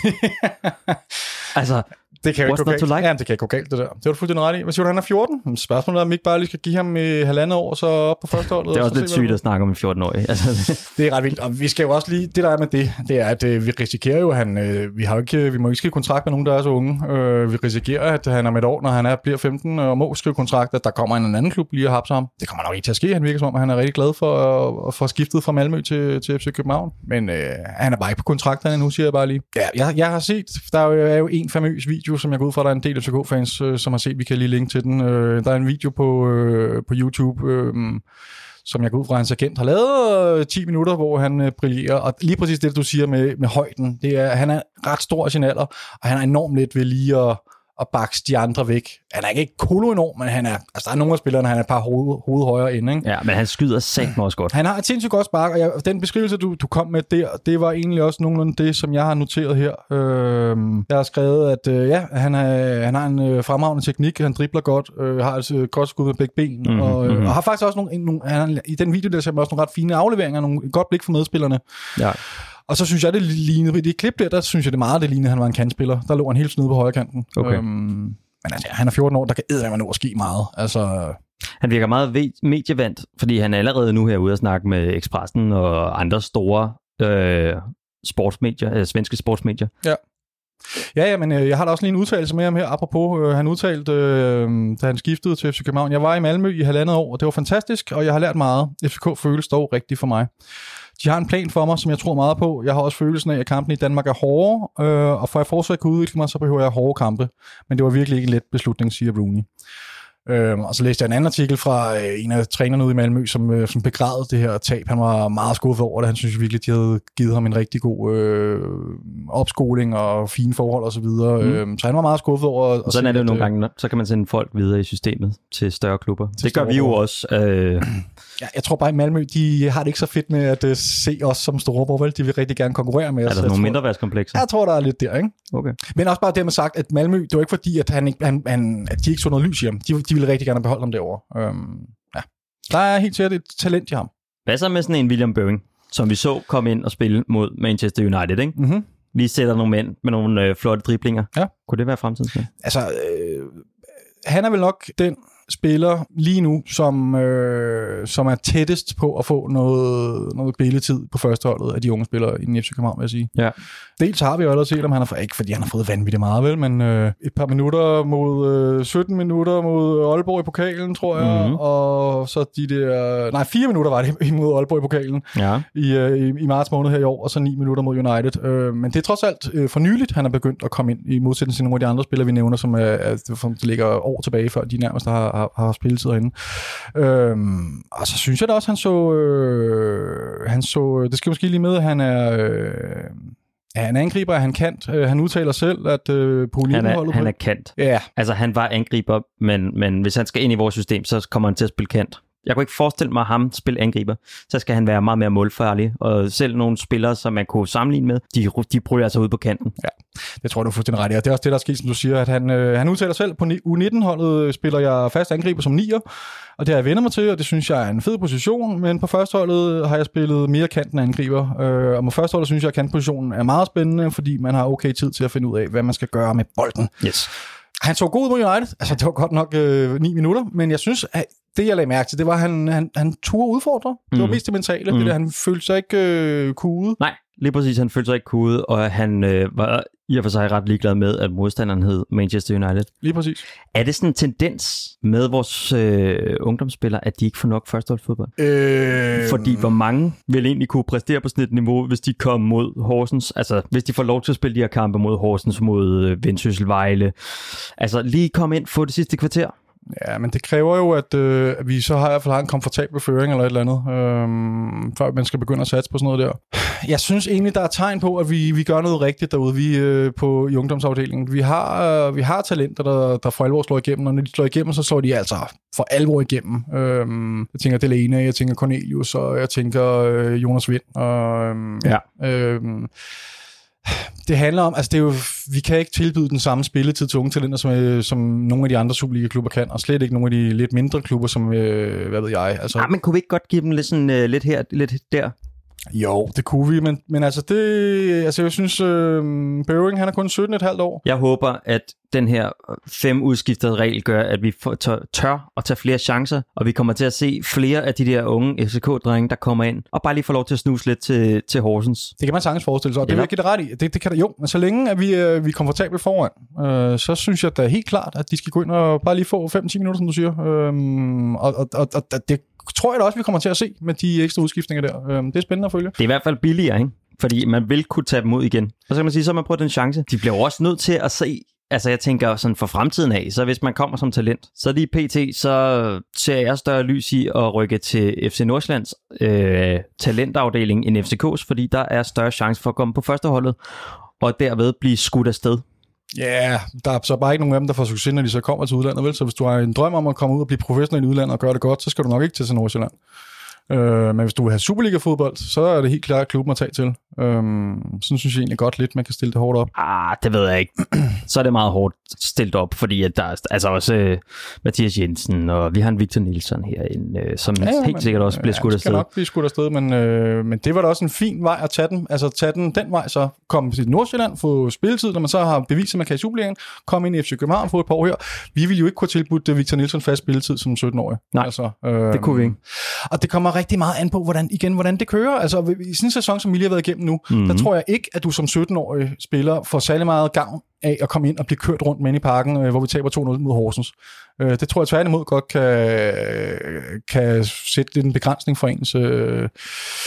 A: Altså,
B: det kan jo ikke gå galt.
A: Like?
B: Ja, det kan ikke gå galt, det der. Det var du fuldstændig ret i. Hvad siger du, han er 14? Spørgsmålet er, om vi ikke bare lige skal give ham 1,5 år, så op på første holdet.
A: Det er også lidt sygt at snakke om en 14-årig. Altså,
B: det er ret vildt. Og vi skal jo også lige, det der er med det er, at vi risikerer jo, vi må ikke skrive kontrakt med nogen, der er så unge. Vi risikerer, at han om et år, når han bliver 15 og må skrive kontrakt, at der kommer en anden klub lige og hapser ham. Det kommer nok ikke til at ske. Han virker som om, at han er rigtig glad for at få skiftet fra Malmø til FC København. Men han er bare ikke på kontrakterne nu, siger jeg bare lige. Ja, jeg har set, der er jo en famøs video, som jeg går ud fra, der er en del FCK-fans, som har set, vi kan lige linke til den. Der er en video på YouTube, som jeg går ud fra, hans agent har lavet 10 minutter, hvor han brillerer. Og lige præcis det, du siger med højden, det er, han er ret stor af sin alder, og han er enormt let ved lige at bakse de andre væk. Han er ikke kolo-enorm, men han er, altså der er nogle af spillerne, han er et par hoved højere inde, ikke?
A: Ja, men han skyder satme også godt.
B: Han har et sindssygt godt spark, og den beskrivelse, du kom med der, det var egentlig også nogenlunde det, som jeg har noteret her. Jeg har skrevet, at han har en fremragende teknik, han dribler godt, har et godt skud med begge ben, og har faktisk også i den video, der ser man også nogle ret fine afleveringer, et godt blik for medspillerne. Ja. Og så synes jeg, det lignede, i det klip der synes jeg det meget, det lignede, han var en kantspiller. Der lå han helt nede på højre kanten. Okay. Men altså, han er 14 år, der kan eddermame nå at ske meget. Altså...
A: Han virker meget medievandt, fordi han er allerede nu herude at snakke med Expressen og andre store sportsmedier, svenske sportsmedier.
B: Ja, men jeg har da også lige en udtalelse med ham her, apropos, han udtalte, da han skiftede til FC København. Jeg var i Malmø i 1,5 år, og det var fantastisk, og jeg har lært meget. FCK føles dog rigtigt for mig. De har en plan for mig, som jeg tror meget på. Jeg har også følelsen af, at kampen i Danmark er hårde, og for at jeg fortsat kunne udvikle mig, så behøver jeg hårde kampe. Men det var virkelig ikke en let beslutning, siger Rooney. Og så læste jeg en anden artikel fra en af trænerne ude i Malmø, som begrædede det her tab. Han var meget skuffet over det. Han synes virkelig, de havde givet ham en rigtig god opskoling og fine forhold osv. Så han var meget skuffet over.
A: Og sådan er det jo nogle gange, så kan man sende folk videre i systemet til større klubber. Det gør vi jo også.
B: Ja, jeg tror bare, i Malmø, de har det ikke så fedt med at se os som Storebror, vel? De vil rigtig gerne konkurrere med os.
A: Er der nogle mindreværdskomplekser?
B: Jeg tror, der er lidt der, ikke?
A: Okay.
B: Men også bare dermed sagt, at Malmø, det var ikke fordi, at, at de ikke så noget lys i ham. De ville rigtig gerne beholde ham derovre. Ja. Der er helt sikkert et talent i ham.
A: Hvad så med sådan en William Boeing, som vi så komme ind og spille mod Manchester United, ikke?
B: Mm-hmm.
A: Lige sætter nogle mænd med nogle flotte driblinger.
B: Ja.
A: Kunne det være fremtiden?
B: Altså, han er vel nok den spiller lige nu, som er tættest på at få noget billetid på førsteholdet af de unge spillere i den FC København, vil jeg sige.
A: Ja.
B: Dels har vi jo allerede set, om han har ikke fordi han har fået vanvittigt meget, vel, men et par minutter mod 17 minutter mod Aalborg i pokalen, tror jeg,
A: mm-hmm.
B: og så 4 minutter var det mod Aalborg i pokalen i marts måned her i år, og så 9 minutter mod United. Men det er trods alt for nyligt, han er begyndt at komme ind i modsætning til nogle af de andre spillere, vi nævner, som ligger år tilbage, før de nærmest har spilletid herinde. Og så synes jeg da også, han så det skal måske lige med, at han er han angriber, han kant. Han udtaler selv, at
A: han er kant.
B: Ja.
A: Altså, han var angriber, men hvis han skal ind i vores system, så kommer han til at spille kant. Jeg kunne ikke forestille mig ham spille angriber. Så skal han være meget mere målfarlig. Og selv nogle spillere, som man kunne sammenligne med, de prøver altså ud på kanten.
B: Ja, det tror jeg, du er fuldstændig ret i. Og det er også det, der er sket, som du siger, at han udtaler selv, på U19-holdet spiller jeg fast angriber som 9'er. Og det har jeg vendt mig til, og det synes jeg er en fed position. Men på førsteholdet har jeg spillet mere kant end angriber. Og på førsteholdet synes jeg, at kantpositionen er meget spændende, fordi man har okay tid til at finde ud af, hvad man skal gøre med bolden.
A: Yes.
B: Han så god ud mod United. Altså, det var godt nok 9 minutter, men jeg synes, at det, jeg lagde mærke til, det var, at han turde udfordre. Det var mest det mentale. Det der, han følte sig ikke kude.
A: Nej, lige præcis. Han følte sig ikke kude, og han var i og for sig ret ligeglad med, at modstanderen hed Manchester United.
B: Lige præcis.
A: Er det sådan en tendens med vores ungdomsspillere, at de ikke får nok førsteholdsfodbold? Fordi hvor mange vil egentlig kunne præstere på sådan et niveau, hvis de kom mod Horsens? Altså, hvis de får lov til at spille de her kampe mod Horsens, mod Vendsyssel, Vejle. Altså, lige komme ind, få det sidste kvarter.
B: Ja, men det kræver jo, at vi så har i hvert fald en komfortabel føring eller et eller andet, før man skal begynde at satse på sådan noget der. Jeg synes egentlig, der er tegn på, at vi gør noget rigtigt derude i ungdomsafdelingen. Vi har talenter, der for alvor slår igennem, og når de slår igennem, så slår de altså for alvor igennem. Jeg tænker Delene, jeg tænker Cornelius, og jeg tænker Jonas Vind. Det handler om, altså det er jo, vi kan ikke tilbyde den samme spilletid til unge talenter, som nogle af de andre Superliga-klubber kan, og slet ikke nogle af de lidt mindre klubber, som, hvad ved jeg. Altså,
A: men kunne vi ikke godt give dem lidt, sådan, lidt her, lidt der?
B: Jo, det kunne vi, men altså jeg synes, Bøving, han er kun 17,5 år.
A: Jeg håber, at den her 5 udskiftede regel gør, at vi tør at tage flere chancer, og vi kommer til at se flere af de der unge FCK-drenge, der kommer ind, og bare lige få lov til at snuse lidt til Horsens.
B: Det kan man sagtens forestille sig, og det vil jeg give det ret i. Det kan der jo, men så længe at vi er komfortable foran, så synes jeg da helt klart, at de skal gå ind og bare lige få 5-10 minutter, som du siger. Og det tror jeg da også, vi kommer til at se med de ekstra udskiftninger der. Det er spændende at følge.
A: Det er i hvert fald billigere, ikke? Fordi man vil kunne tage dem ud igen. Og så kan man sige, så har man prøvet den chance. De bliver også nødt til at se, altså jeg tænker sådan for fremtiden af, så hvis man kommer som talent, så lige pt, så ser jeg større lys i at rykke til FC Nordsjællands talentafdeling end FCK's, fordi der er større chance for at komme på førsteholdet, og derved blive skudt afsted.
B: Ja, der er så bare ikke nogen af dem, der får succes, når de så kommer til udlandet, vel? Så hvis du har en drøm om at komme ud og blive professionel i udlandet og gøre det godt, så skal du nok ikke til Nordsjælland. Men hvis du vil have Superliga-fodbold, så er det helt klart klubben at tage til. Sådan synes jeg egentlig godt lidt, man kan stille det hårdt op.
A: Det ved jeg ikke. Så er det meget hårdt stillet op, fordi at der er altså også Mathias Jensen, og vi har en Victor Nielsen herinde, som helt sikkert også bliver skudt afsted.
B: Det skal nok blive skudt afsted, men det var da også en fin vej at tage den. Altså tage den vej, så komme til Nordsjælland, få spilletid, når man så har bevist, at man kan i Superligaen, komme ind i FC København, få et par år her. Vi ville jo ikke kunne tilbudt Victor Nielsen fast spilletid som 17-årig.
A: Nej, altså, det kunne vi ikke.
B: Og det kommer rigtig meget an på, hvordan det kører. Altså i sådan en sæson, som vi lige har været igennem nu, der tror jeg ikke, at du som 17-årig spiller får særlig meget gavn af at komme ind og blive kørt rundt med i parken, hvor vi taber 2-0 mod Horsens. Det tror jeg tværtimod godt kan sætte lidt en begrænsning for ens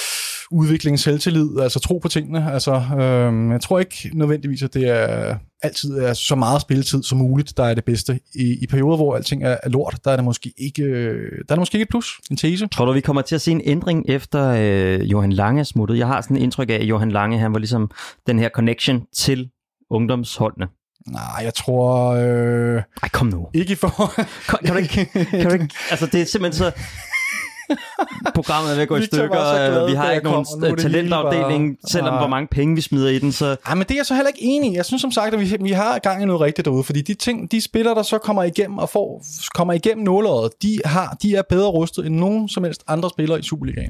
B: udvikling, selvtillid, altså tro på tingene. Altså, jeg tror ikke nødvendigvis, at det altid er så meget spilletid som muligt, der er det bedste. I perioder, hvor alting er lort, der er det måske ikke, et plus, en tese.
A: Tror du, vi kommer til at se en ændring efter Johan Lange er smuttet? Jeg har sådan en indtryk af, at Johan Lange, han var ligesom den her connection til ungdomsholdene.
B: Nej, jeg tror...
A: Ej, kom nu.
B: Ikke i
A: Kan du ikke... Altså, det er simpelthen så... Programmet er ved at gå i stykker. Vi har ikke nogen talentafdeling, selvom hvor mange penge vi smider i den. Så...
B: Ej, men det er jeg så heller ikke enig i. Jeg synes som sagt, at vi har gang i noget rigtigt derude, fordi de spillere, der så kommer igennem og kommer igennem nåleøjet, de er bedre rustet end nogen som helst andre spillere i Superligaen.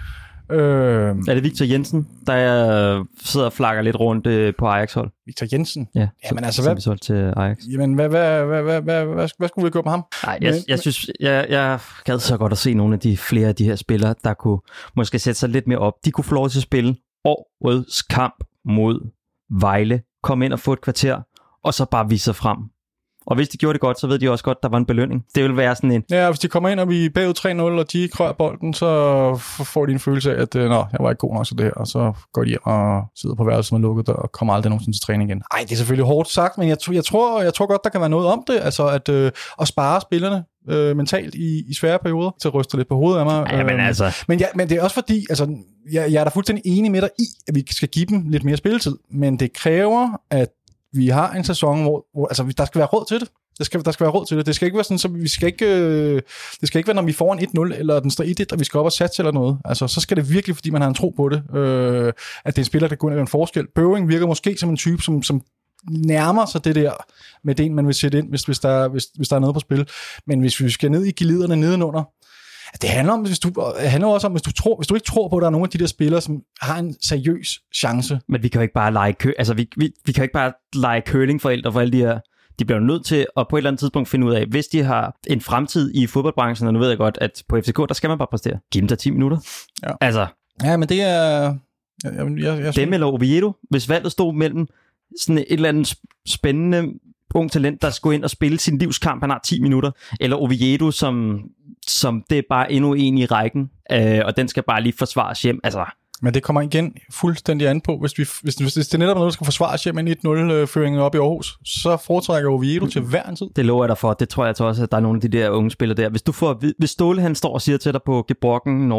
A: Er det Victor Jensen, der sidder og flakker lidt rundt på Ajax-hold?
B: Victor Jensen?
A: Ja,
B: jamen altså, hvad?
A: Vi solgte til Ajax.
B: Jamen, hvad skulle vi gøre med ham?
A: Nej, jeg synes, jeg gad så godt at se nogle af flere af de her spillere, der kunne måske sætte sig lidt mere op. De kunne få lov til at spille årets kamp mod Vejle, komme ind og få et kvarter, og så bare vise sig frem. Og hvis de gjorde det godt, så ved de også godt, at der var en belønning. Det vil være sådan en...
B: Ja, hvis de kommer ind, og vi er bagud 3-0, og de ikke rører bolden, så får de en følelse af, at jeg var ikke god nok til det her. Og så går de hjem og sidder på værelset med lukket dør og kommer aldrig nogensinde til træning igen. Ej, det er selvfølgelig hårdt sagt, men jeg tror godt, der kan være noget om det. Altså at spare spillerne mentalt i svære perioder til at ryste lidt på hovedet af mig.
A: Ja, men altså...
B: Men det er også fordi, altså, jeg er da fuldstændig enig med dig i, at vi skal give dem lidt mere spilletid. Men det kræver, at vi har en sæson, hvor altså, der skal være råd til det. Der skal være råd til det. Det skal ikke være sådan, så det skal ikke være, når vi får en 1-0, eller den står 1-1, og vi skal op og satse eller noget. Altså, så skal det virkelig, fordi man har en tro på det, at det er en spiller, der går ind og gør en forskel. Bøving virker måske som en type, som nærmer sig det der med det, man vil sætte ind, hvis der er noget på spil. Men hvis vi skal ned i geliderne nedenunder, det handler om, også om, hvis du ikke tror på, at der er nogle af de der spillere, som har en seriøs chance.
A: Men vi kan jo ikke bare lege vi kan jo ikke bare lege curlingforældre for alle de her. De bliver nødt til at på et eller andet tidspunkt finde ud af, hvis de har en fremtid i fodboldbranchen, og nu ved jeg godt, at på FCK, der skal man bare præstere. Giv dem der 10 minutter.
B: Ja.
A: Altså.
B: Ja, men det er...
A: Dem eller Oviedo, hvis valget stod mellem sådan et eller andet spændende ung talent, der skal gå ind og spille sin livskamp, han har 10 minutter, eller Oviedo, som det er bare endnu en i rækken, og den skal bare lige forsvares hjem. Altså.
B: Men det kommer igen fuldstændig an på, hvis det netop er noget, der skal forsvares hjem en 1-0-føringen op i Aarhus, så foretrækker Oviedo til hver en tid.
A: Det lover jeg dig for. Det tror jeg også, at der er nogle af de der unge spillere der. Hvis Ståle han står og siger til dig på gebrokken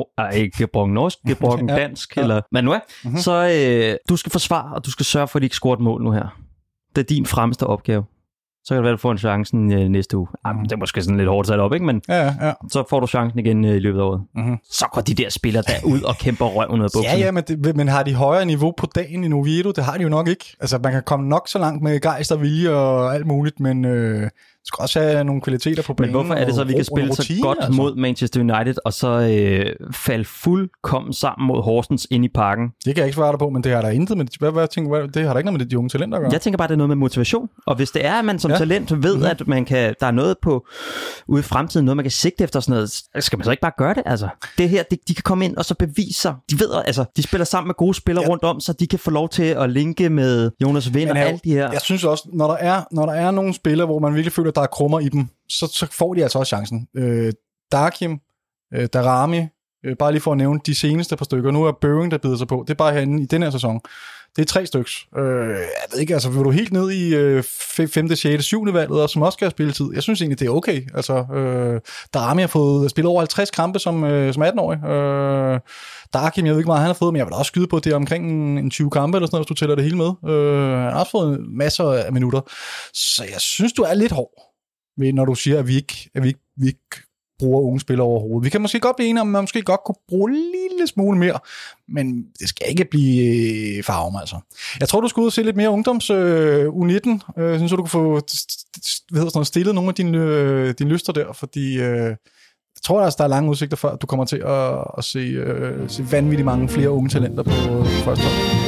A: dansk, eller hvad nu er, så du skal forsvare, og du skal sørge for, at de ikke scorer et mål nu her. Det er din fremmeste opgave. Så kan det være, at du får en chancen næste uge. Det er måske sådan lidt hårdt sat op, ikke? Men så får du chancen igen i løbet af året. Så går de der spillere der ud og kæmper røven ud af bukserne.
B: Ja, men har de højere niveau på dagen i Oviedo? Det har de jo nok ikke. Altså, man kan komme nok så langt med gejst og vilje og alt muligt, men du skal også have nogle kvaliteter på banen.
A: Men hvorfor er det så, at vi kan spille så godt mod Manchester United, og så falde fuldkommen sammen mod Horsens ind i parken?
B: Det kan jeg ikke svare dig på, men det har der intet med det. Det har der ikke noget med de unge talenter at gøre.
A: Jeg tænker bare, det er noget med motivation. Og hvis det er, at man som talent ved, at man kan, der er noget ude i fremtiden, noget man kan sigte efter sådan noget, skal man så ikke bare gøre det? Altså, det her, de kan komme ind og så bevise sig. De ved, altså, de spiller sammen med gode spillere rundt om, så de kan få lov til at linke med Jonas Vind og alle de her.
B: Jeg synes også, når der er nogle spillere, hvor man virkelig føler, der er krummer i dem, så får de altså også chancen. Darkim, Darami, bare lige for at nævne de seneste par stykker. Nu er Bøving, der bider sig på. Det er bare herinde i den her sæson. Det er 3 stykker. Jeg ved ikke, altså vil du helt ned i 5., 6., 7. valget, og som også skal have spilletid? Jeg synes egentlig, det er okay. Altså, Darami har fået spillet over 50 kampe som 18-årig. Darkim, jeg ved ikke meget, han har fået, men jeg vil også skyde på, det er omkring en 20 kampe, eller sådan noget, hvis du tæller det hele med. Han har også fået masser af minutter. Så jeg synes, du er lidt hård, når du siger, at vi ikke bruger unge spillere overhovedet. Vi kan måske godt blive enige om, at man måske godt kunne bruge en lille smule mere, men det skal ikke blive farven, altså. Jeg tror, du skal ud og se lidt mere ungdoms U19. Jeg synes, du kan få stillet nogle af dine lyster der, fordi jeg tror, der er lange udsigter før, at du kommer til at se vanvittigt mange flere unge talenter på første hold.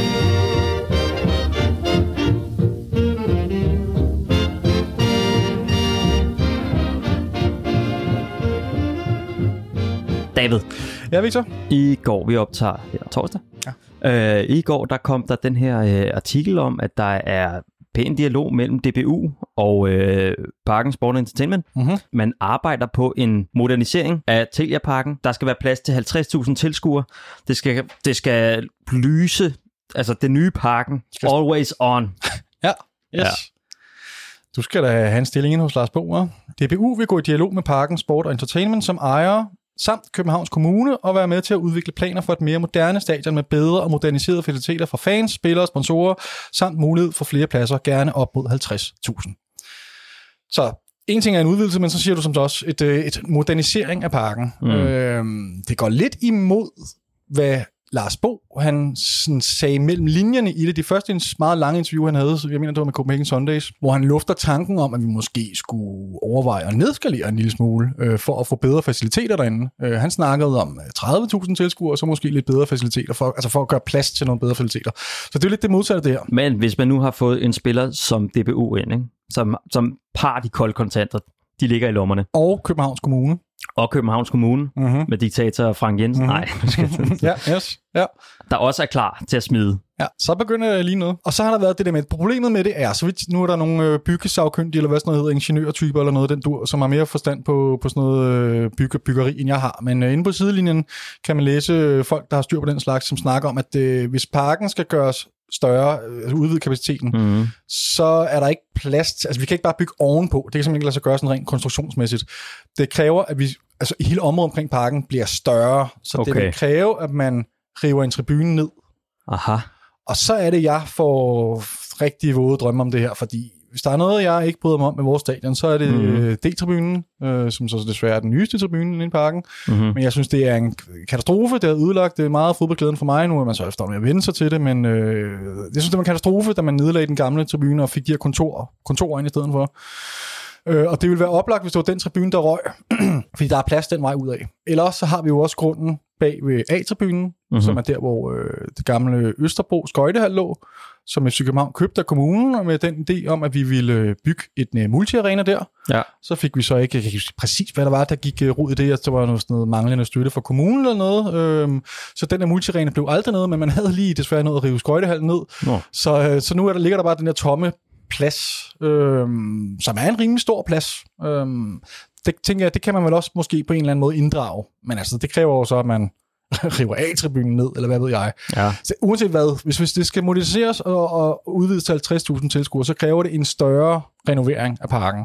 A: David.
B: Ja, Victor.
A: I går, vi optager torsdag. Ja. I går, der kom der den her artikel om, at der er pæn dialog mellem DBU og Parken Sport Entertainment.
B: Mm-hmm.
A: Man arbejder på en modernisering af Telia Parken. Der skal være plads til 50.000 tilskuere. Det skal lyse, altså det nye parken, always on.
B: Ja, yes. Ja. Du skal da have en stilling ind hos Lars Bo, hva'? DBU vil gå i dialog med Parken Sport Entertainment som ejer samt Københavns Kommune og være med til at udvikle planer for et mere moderne stadion med bedre og moderniserede faciliteter for fans, spillere og sponsorer, samt mulighed for flere pladser, gerne op mod 50.000. Så en ting er en udvidelse, men så siger du som også et modernisering af parken. Det går lidt imod, hvad Lars Bo, han sådan sagde mellem linjerne i det. De første meget lange interview, han havde, jeg mener, det var med Copenhagen Sundays, hvor han lufter tanken om, at vi måske skulle overveje at nedskalere en lille smule, for at få bedre faciliteter derinde. Han snakkede om 30.000 tilskuere, og så måske lidt bedre faciliteter, for at gøre plads til nogle bedre faciliteter. Så det er lidt det modsatte der.
A: Men hvis man nu har fået en spiller som DBU ind, ikke? Som par de kolde kontanter, de ligger i lommerne.
B: Og Københavns Kommune.
A: Og Københavns Kommune, med diktator Frank Jensen. Nej,
B: ja, yes. Ja.
A: Der også er klar til at smide.
B: Ja, så begynder jeg lige noget. Og så har der været det der med, problemet med det er, så vidt nu er der nogle byggesagkyndige, eller hvad sådan noget hedder, ingeniørtyper eller noget, den dur, som har mere forstand på sådan noget byggeri, end jeg har. Men inde på sidelinjen kan man læse folk, der har styr på den slags, som snakker om, at hvis parken skal gøres større, altså udvide kapaciteten, så er der ikke plads, altså vi kan ikke bare bygge ovenpå, det kan simpelthen ikke lade sig gøre sådan rent konstruktionsmæssigt. Det kræver, at vi, altså hele området omkring parken bliver større, så det vil kræve, at man river en tribune ned.
A: Aha.
B: Og så er det, jeg får rigtig våde drømme om det her, fordi hvis der er noget, jeg ikke bryder mig om med vores stadion, så er det D-tribunen, som så desværre er den nyeste tribune inde i parken. Men jeg synes, det er en katastrofe. Det har ødelagt meget fodboldglæden for mig. Nu er man så efter med at vende sig til det, men jeg synes, det var en katastrofe, da man nedlagde den gamle tribune og fik de her kontorer ind i stedet for. Og det ville være oplagt, hvis det var den tribune, der røg, fordi der er plads den vej ud af. Ellers så har vi jo også grunden bag ved A-tribunen, som er der, hvor det gamle Østerbro skøjtehal lå, som FC København købte af kommunen, og med den idé om, at vi ville bygge et multi-arena der. Ja. Så fik vi så ikke præcis, hvad der var, der gik rod i det, at der var noget manglende støtte fra kommunen eller noget. Så den der multi-arena blev aldrig noget, men man havde lige desværre noget at rive skøjtehallen ned. Så nu ligger der bare den der tomme plads, som er en rimelig stor plads. Det tænker jeg, det kan man vel også måske på en eller anden måde inddrage. Men altså, det kræver jo så, at man river A-tribunen ned, eller hvad ved jeg. Ja. Så uanset hvad, hvis det skal moderniseres og udvides til 50.000 tilskuere, så kræver det en større renovering af parken.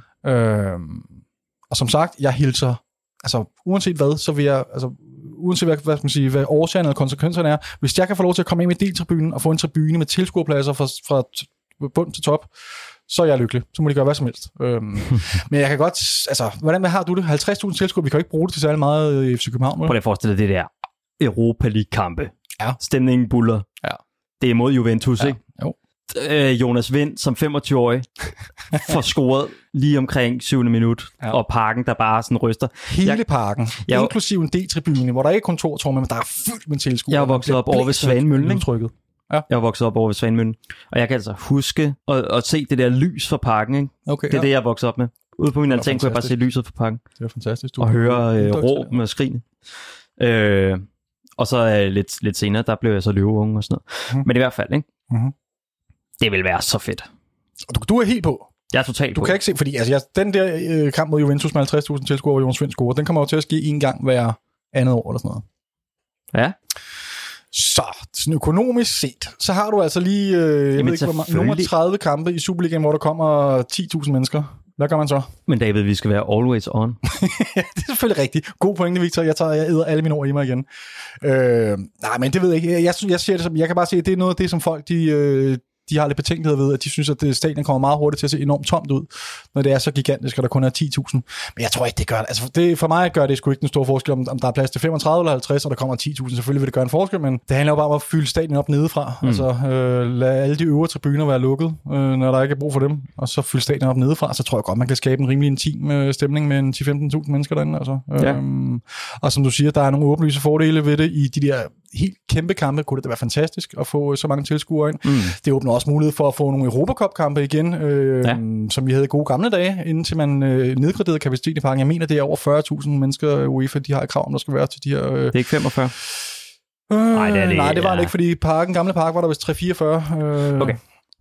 B: Og som sagt, jeg hilser, altså uanset hvad, så vil jeg, altså uanset hvad man sige, hvad årsagen eller konsekvenserne er, hvis jeg kan få lov til at komme ind med D-tribunen og få en tribune med tilskuerpladser fra bund til top, så er jeg lykkelig. Så må de gøre hvad som helst. Men jeg kan godt, altså, hvordan har du det? 50.000 tilskuere, vi kan jo ikke bruge det til særlig meget i FC København.
A: Prøv at forestille dig det der Europa League-kampe. Ja. Stemningen buller. Ja. Det er mod Juventus, ikke? Jo. Jonas Vind som 25-årig får scoret lige omkring 7. minut, og parken, der bare sådan ryster.
B: Hele parken, inklusive en D-tribune, hvor der ikke er kontortår, men der er fyldt med tilskuere.
A: Jeg er vokset op over ved Svanemøllen. Ja. Jeg er vokset op over ved Svanemøllen, og jeg kan altså huske at se det der lys fra parken. Ikke? Okay, det er det, jeg er vokset op med. Ude på min altan kunne jeg bare se lyset fra parken.
B: Det er fantastisk.
A: Og høre råb med skrigene. Og så lidt senere, der blev jeg så løveunge og sådan noget. Men i hvert fald, ikke? Det vil være så fedt.
B: Og du er helt på.
A: Jeg er totalt
B: på. Du kan ikke se, fordi altså, den der kamp mod Juventus med 50.000 tilskuere, hvor Jonas Vind scorer, den kommer jo til at ske en gang hver andet år eller sådan noget.
A: Ja.
B: Så sådan økonomisk set, så har du altså lige jeg ved ikke, nummer 30 kampe i Superligaen, hvor der kommer 10.000 mennesker. Hvad gør man så?
A: Men David, vi skal være always on.
B: Ja, det er selvfølgelig rigtigt. God pointe, Victor. Jeg æder alle mine ord i mig igen. Nej, men det ved jeg ikke. Jeg ser det som, jeg kan bare se, at det er noget af det, som folk de har lidt betænkelighed ved, at de synes, at stadion kommer meget hurtigt til at se enormt tomt ud, når det er så gigantisk, og der kun er 10.000. Men jeg tror ikke, det gør det. Altså, for mig gør det sgu ikke den store forskel, om der er plads til 35 eller 50, og der kommer 10.000. Selvfølgelig vil det gøre en forskel, men det handler jo bare om at fylde stadion op nedefra. Altså, lad alle de øvre tribuner være lukket, når der ikke er brug for dem, og så fylde stadion op nedefra, så tror jeg godt, man kan skabe en rimelig intim stemning med 10-15.000 mennesker derinde. Altså. Ja. Og som du siger, der er nogle åbenlyse fordele ved det i de der helt kæmpe kampe, kunne det da være fantastisk at få så mange tilskuere ind. Det åbner også mulighed for at få nogle Europacup-kampe igen, som vi havde i gode gamle dage, indtil man nedgraderede kapacitet i parken. Jeg mener, det er over 40.000 mennesker, UEFA, de har et krav om, der skal være til de her...
A: Det er ikke 45?
B: Nej, det var det ikke, fordi gamle park var der vist 3-44.
A: Okay.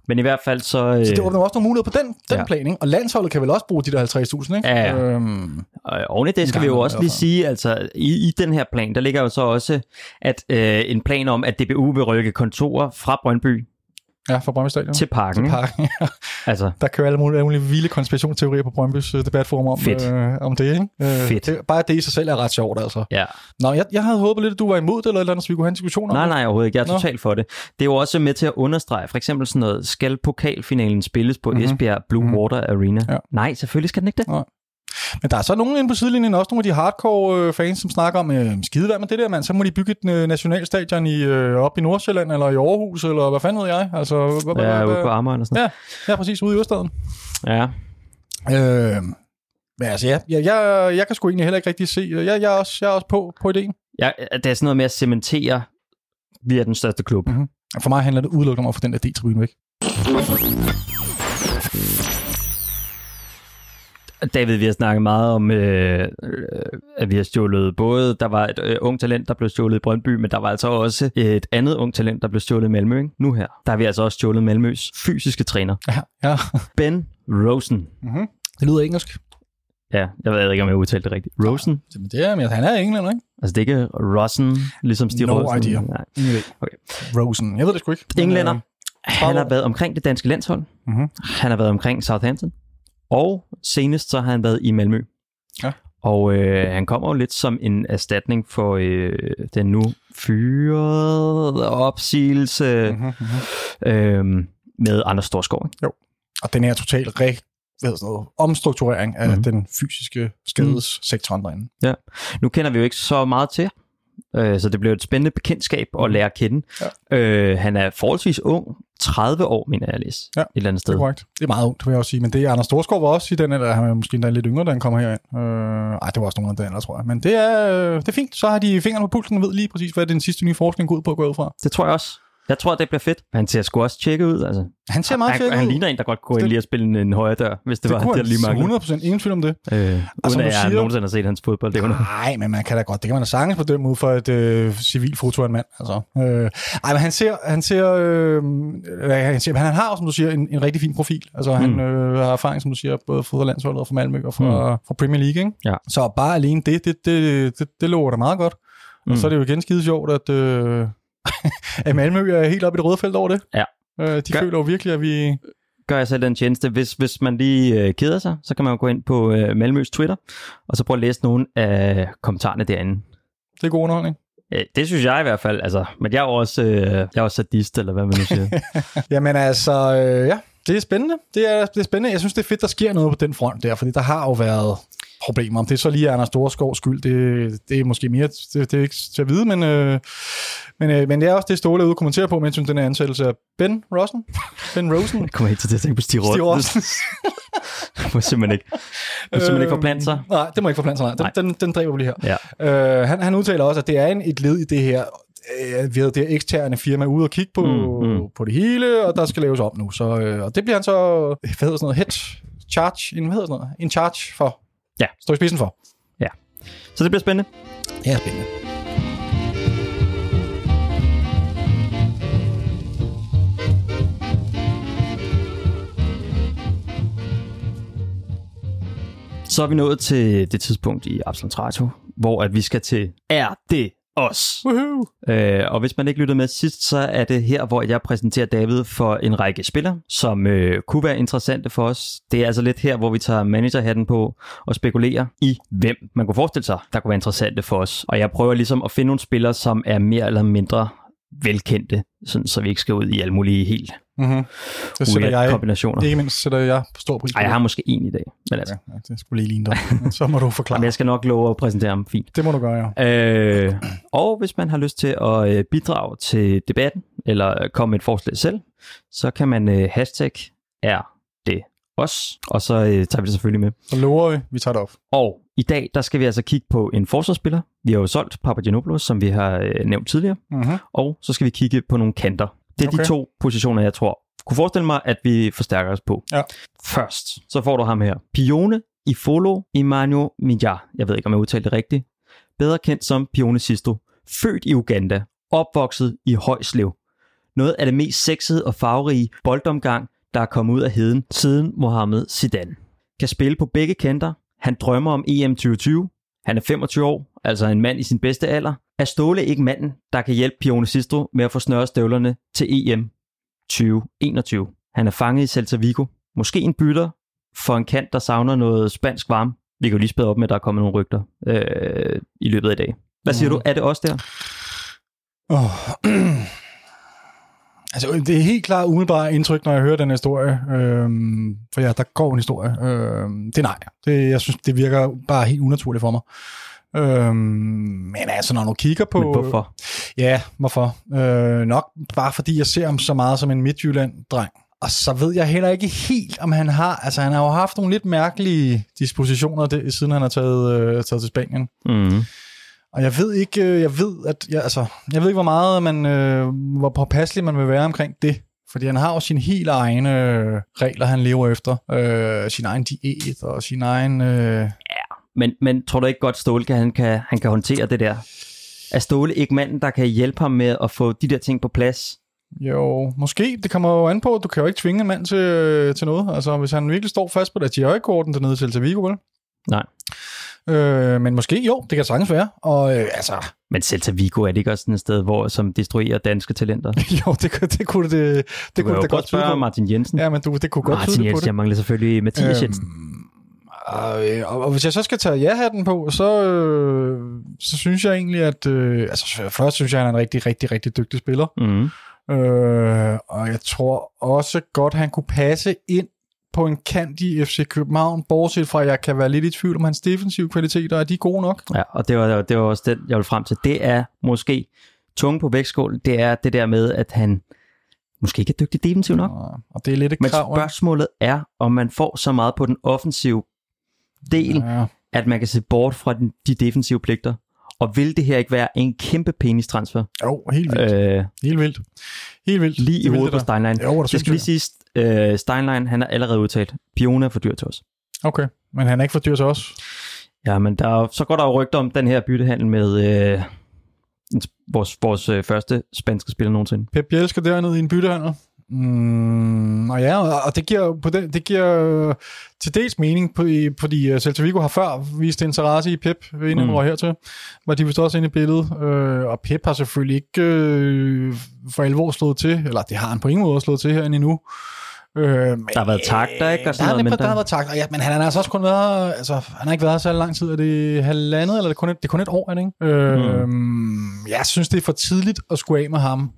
A: Men i hvert fald så...
B: Så det åbner også nogle muligheder på den plan, ikke? Og landsholdet kan vel også bruge de der 50.000, ikke?
A: Ja. Og oven i det skal vi jo også lige sige, altså i den her plan, der ligger jo så også at en plan om, at DBU vil rykke kontorer fra Brøndby
B: fra Brøndby Stadion.
A: Til parken, ja.
B: Altså. Der kører alle mulige vilde konspirationsteorier på Brøndbys debatforum om det, ikke?
A: Fedt.
B: Bare det i sig selv er ret sjovt, altså.
A: Ja.
B: Nå, jeg havde håbet lidt, at du var imod det, eller et eller andet, så vi kunne have en diskussion om det.
A: Nej, overhovedet ikke. Jeg er totalt for det. Det er jo også med til at understrege, for eksempel sådan noget, skal pokalfinalen spilles på Esbjerg Blue Water Arena? Ja. Nej, selvfølgelig skal den ikke det.
B: Nej. Men der er så nogen inde på sidelinjen, også nogle af de hardcore fans, som snakker om, skidevær med det der, mand, så må de bygge et nationalstadion op i Nordsjælland, eller i Aarhus, eller hvad fanden ved jeg? Altså,
A: ude på Amager eller sådan noget.
B: Ja, præcis, ude i Øststaden.
A: Ja.
B: Men altså, jeg kan sgu egentlig heller ikke rigtig se, jeg er også på ideen.
A: Ja, det er sådan noget med at cementere, vi er den største klub.
B: Mm-hmm. For mig handler det udelukkende om at få den der D-tribune væk.
A: David, vi har snakket meget om, at vi har stjålet både, der var et ung talent, der blev stjålet i Brøndby, men der var altså også et andet ung talent, der blev stjålet i Malmø. Ikke? Nu her, der har vi altså også stjålet Malmøs fysiske træner.
B: Ja.
A: Ben Rosen.
B: Mm-hmm. Det lyder engelsk.
A: Ja, jeg ved ikke, om jeg udtalte det rigtigt. Rosen?
B: Det er, men han er englænder, ikke?
A: Altså, det er ikke Rosen, ligesom Stig Rosen?
B: No idea.
A: Nej.
B: Okay. Rosen, jeg ved det sgu ikke.
A: Englænder. Han har været omkring det danske landshold. Mm-hmm. Han har været omkring Southampton. Og senest så har han været i Malmø. Ja. Og han kommer jo lidt som en erstatning for den nu fyrede opsigelse med Anders Storskov.
B: Jo, og den her total omstrukturering af den fysiske skadessektoren derinde.
A: Ja, nu kender vi jo ikke så meget til, så det bliver et spændende bekendtskab at lære at kende. Ja. Han er forholdsvis ung, 30 år, mener jeg at læse, et eller andet sted.
B: Det er korrekt. Det er meget ungt, vil jeg også sige. Men det er Anders Storskov var også i den, eller han er måske endda lidt yngre, da han kommer herind. Det var også nogen af den, tror jeg. Men det er fint. Så har de fingrene på pulsen og ved lige præcis, hvad den sidste nye forskning går ud på at gå ud fra.
A: Det tror jeg også. Jeg tror, det bliver fedt. Han ser sgu også tjekket ud, altså.
B: Han ser meget tjekket ud.
A: Han ligner en, der godt kunne gå lige og spille en højre dør, hvis det var det lige manglet.
B: 100% ingen tvivl om det.
A: Uden at jeg nogensinde har set hans fodbold.
B: Nej, men man kan da godt. Det kan man da sagtens på den måde for et civil foto af en mand. Altså. Men han har, som du siger, en rigtig fin profil. Altså, han har erfaring, som du siger, både fra landsholdet og fra Malmø og fra Premier League. Ikke? Ja. Så bare alene det lover da meget godt. Og så er det jo igen skide sjovt, at Malmø er helt oppe i det røde felt over det.
A: Ja.
B: De føler jo virkelig, at vi...
A: Gør jeg selv den tjeneste. Hvis man lige keder sig, så kan man jo gå ind på Malmøs Twitter, og så prøve at læse nogle af kommentarerne derinde. Det
B: er god underholdning.
A: Det synes jeg i hvert fald. Altså, men jeg er også sadist, eller hvad man nu siger.
B: Jamen altså, det er spændende. Det er spændende. Jeg synes, det er fedt, der sker noget på den front der, fordi der har jo været problemer. Om det er så lige Anders Storskovs skyld, det er måske mere, det er ikke til at vide, men det er også det, Ståle er ude og kommentere på, mens den er ansættelse af Ben Rosen. Jeg
A: kommer helt til at tænke på Stig Rosen. Det må simpelthen ikke forplante sig.
B: Nej, det må ikke forplante sig. Den dræber vi lige her. Ja. Han udtaler også, at det er et led i det her, vi havde det her eksterne firma ude og kigge på det hele, og der skal laves op nu. Så, og det bliver han så, hvad hedder sådan noget, in charge for.
A: Ja.
B: Står i spidsen for.
A: Ja. Så det bliver spændende.
B: Det er spændende.
A: Så er vi nået til det tidspunkt i Absalons Radio, hvor at vi skal til Er det os? Og hvis man ikke lyttede med sidst, så er det her, hvor jeg præsenterer David for en række spillere, som kunne være interessante for os. Det er altså lidt her, hvor vi tager managerhatten på og spekulerer i, hvem man kunne forestille sig, der kunne være interessante for os. Og jeg prøver ligesom at finde nogle spillere, som er mere eller mindre velkendte, sådan, så vi ikke skal ud i alle mulige helt kombinationer.
B: Ikke mindst sætter jeg på stor pris på.
A: Jeg har måske en i dag. Men altså.
B: Okay, det skulle lige ligne dig. Så må du forklare.
A: Men jeg skal nok love at præsentere ham fint.
B: Det må du gøre, ja.
A: Og hvis man har lyst til at bidrage til debatten, eller komme med et forslag selv, så kan man hashtag er det os, og så tager vi det selvfølgelig med.
B: Så lover vi tager det op.
A: Og i dag, der skal vi altså kigge på en forsvarsspiller. Vi har jo solgt Papagiannopoulos, som vi har nævnt tidligere. Uh-huh. Og så skal vi kigge på nogle kanter. Det er de to positioner, jeg tror kunne forestille mig, at vi forstærker os på. Ja. Først, så får du ham her. Pione Ifolo Emmanuel Mija. Jeg ved ikke, om jeg udtalte det rigtigt. Bedre kendt som Pione Sisto. Født i Uganda. Opvokset i Højslev. noget af det mest sexede og farverige boldomgang, der er kommet ud af heden siden Mohamed Zidane. Kan spille på begge kanter. Han drømmer om EM 2020. Han er 25 år, altså en mand i sin bedste alder. Er Ståle ikke manden, der kan hjælpe Pione Sistro med at få snørestøvlerne til EM 2021? Han er fanget i Celta Vigo. Måske en bytter for en kant, der savner noget spansk varme. Vi kan jo lige spæde op med, at der er kommet nogle rygter i løbet af i dag. Hvad siger du? Er det også der?
B: Altså, det er helt klart umiddelbart indtryk, når jeg hører den historie. For ja, der går en historie. Det er nej. Jeg synes, det virker bare helt unaturligt for mig. Men altså, når du kigger på...
A: Men hvorfor?
B: Ja, hvorfor? Nok bare fordi jeg ser ham så meget som en Midtjylland-dreng. Og så ved jeg heller ikke helt, om han har... Altså, han har jo haft nogle lidt mærkelige dispositioner, siden han er taget til Spanien.
A: Mm.
B: Og jeg ved ikke, hvor meget hvor påpasselig man vil være omkring det. Fordi han har jo sine helt egne regler, han lever efter. Sin egen diæt og sin egen...
A: Ja, men tror du ikke godt, Ståle han kan håndtere det der? Er Ståle ikke manden, der kan hjælpe ham med at få de der ting på plads?
B: Jo, måske. Det kommer jo an på. Du kan jo ikke tvinge en mand til noget. Altså, hvis han virkelig står fast på det, de har jo ikke korten dernede til Celta Vigo, vel?
A: Nej.
B: Men måske, jo, det kan sagtens være. Og
A: Men Celta Vigo er det ikke også sådan et sted, som destruerer danske talenter?
B: Jo, det kunne det godt
A: spørge Martin Jensen.
B: Ja, men det kunne godt
A: Martin Jensen, på det. Jeg mangler selvfølgelig Mathias Jensen.
B: Og hvis jeg så skal tage ja-hatten på, så synes jeg egentlig, at... først synes jeg, at han er en rigtig, rigtig, rigtig dygtig spiller.
A: Mm.
B: Og jeg tror også godt, han kunne passe ind på en kant i FC København, bortset fra, at jeg kan være lidt i tvivl om hans defensive kvaliteter. Er de gode nok? Ja,
A: og det var også det, jeg vil frem til. Det er måske tunge på vægtskålen. Det er det der med, at han måske ikke er dygtig defensiv nok.
B: Og det er lidt et krav.
A: Men spørgsmålet er, om man får så meget på den offensive del, at man kan se bort fra de defensive pligter. Og vil det her ikke være en kæmpe penistransfer?
B: Jo, helt vildt. Helt vildt.
A: Lige i hovedet på Steinlein.
B: Jo,
A: det skal lige sige, Steinlein, han er allerede udtalt. Pione er for dyr til os.
B: Okay, men han er ikke for dyr til os?
A: Ja, men så går der jo rygter om den her byttehandel med vores første spanske spiller nogensinde.
B: Pep Biel skal dernede i en byttehandel. Og ja, og det giver til dels mening, fordi Celta Vigo har før vist interesse i Pep, inden han var hertil, var de vist også inde i billedet, og Pep har selvfølgelig ikke for alvor slået til, eller det har han på ingen måde slået til herinde endnu.
A: Der har været takter, ikke?
B: Der har været takter, ja, men han har altså også kun været, han har ikke været så lang tid, er det halvandet, eller det er kun et år, er det ikke? Jeg synes, det er for tidligt at skulle af med ham.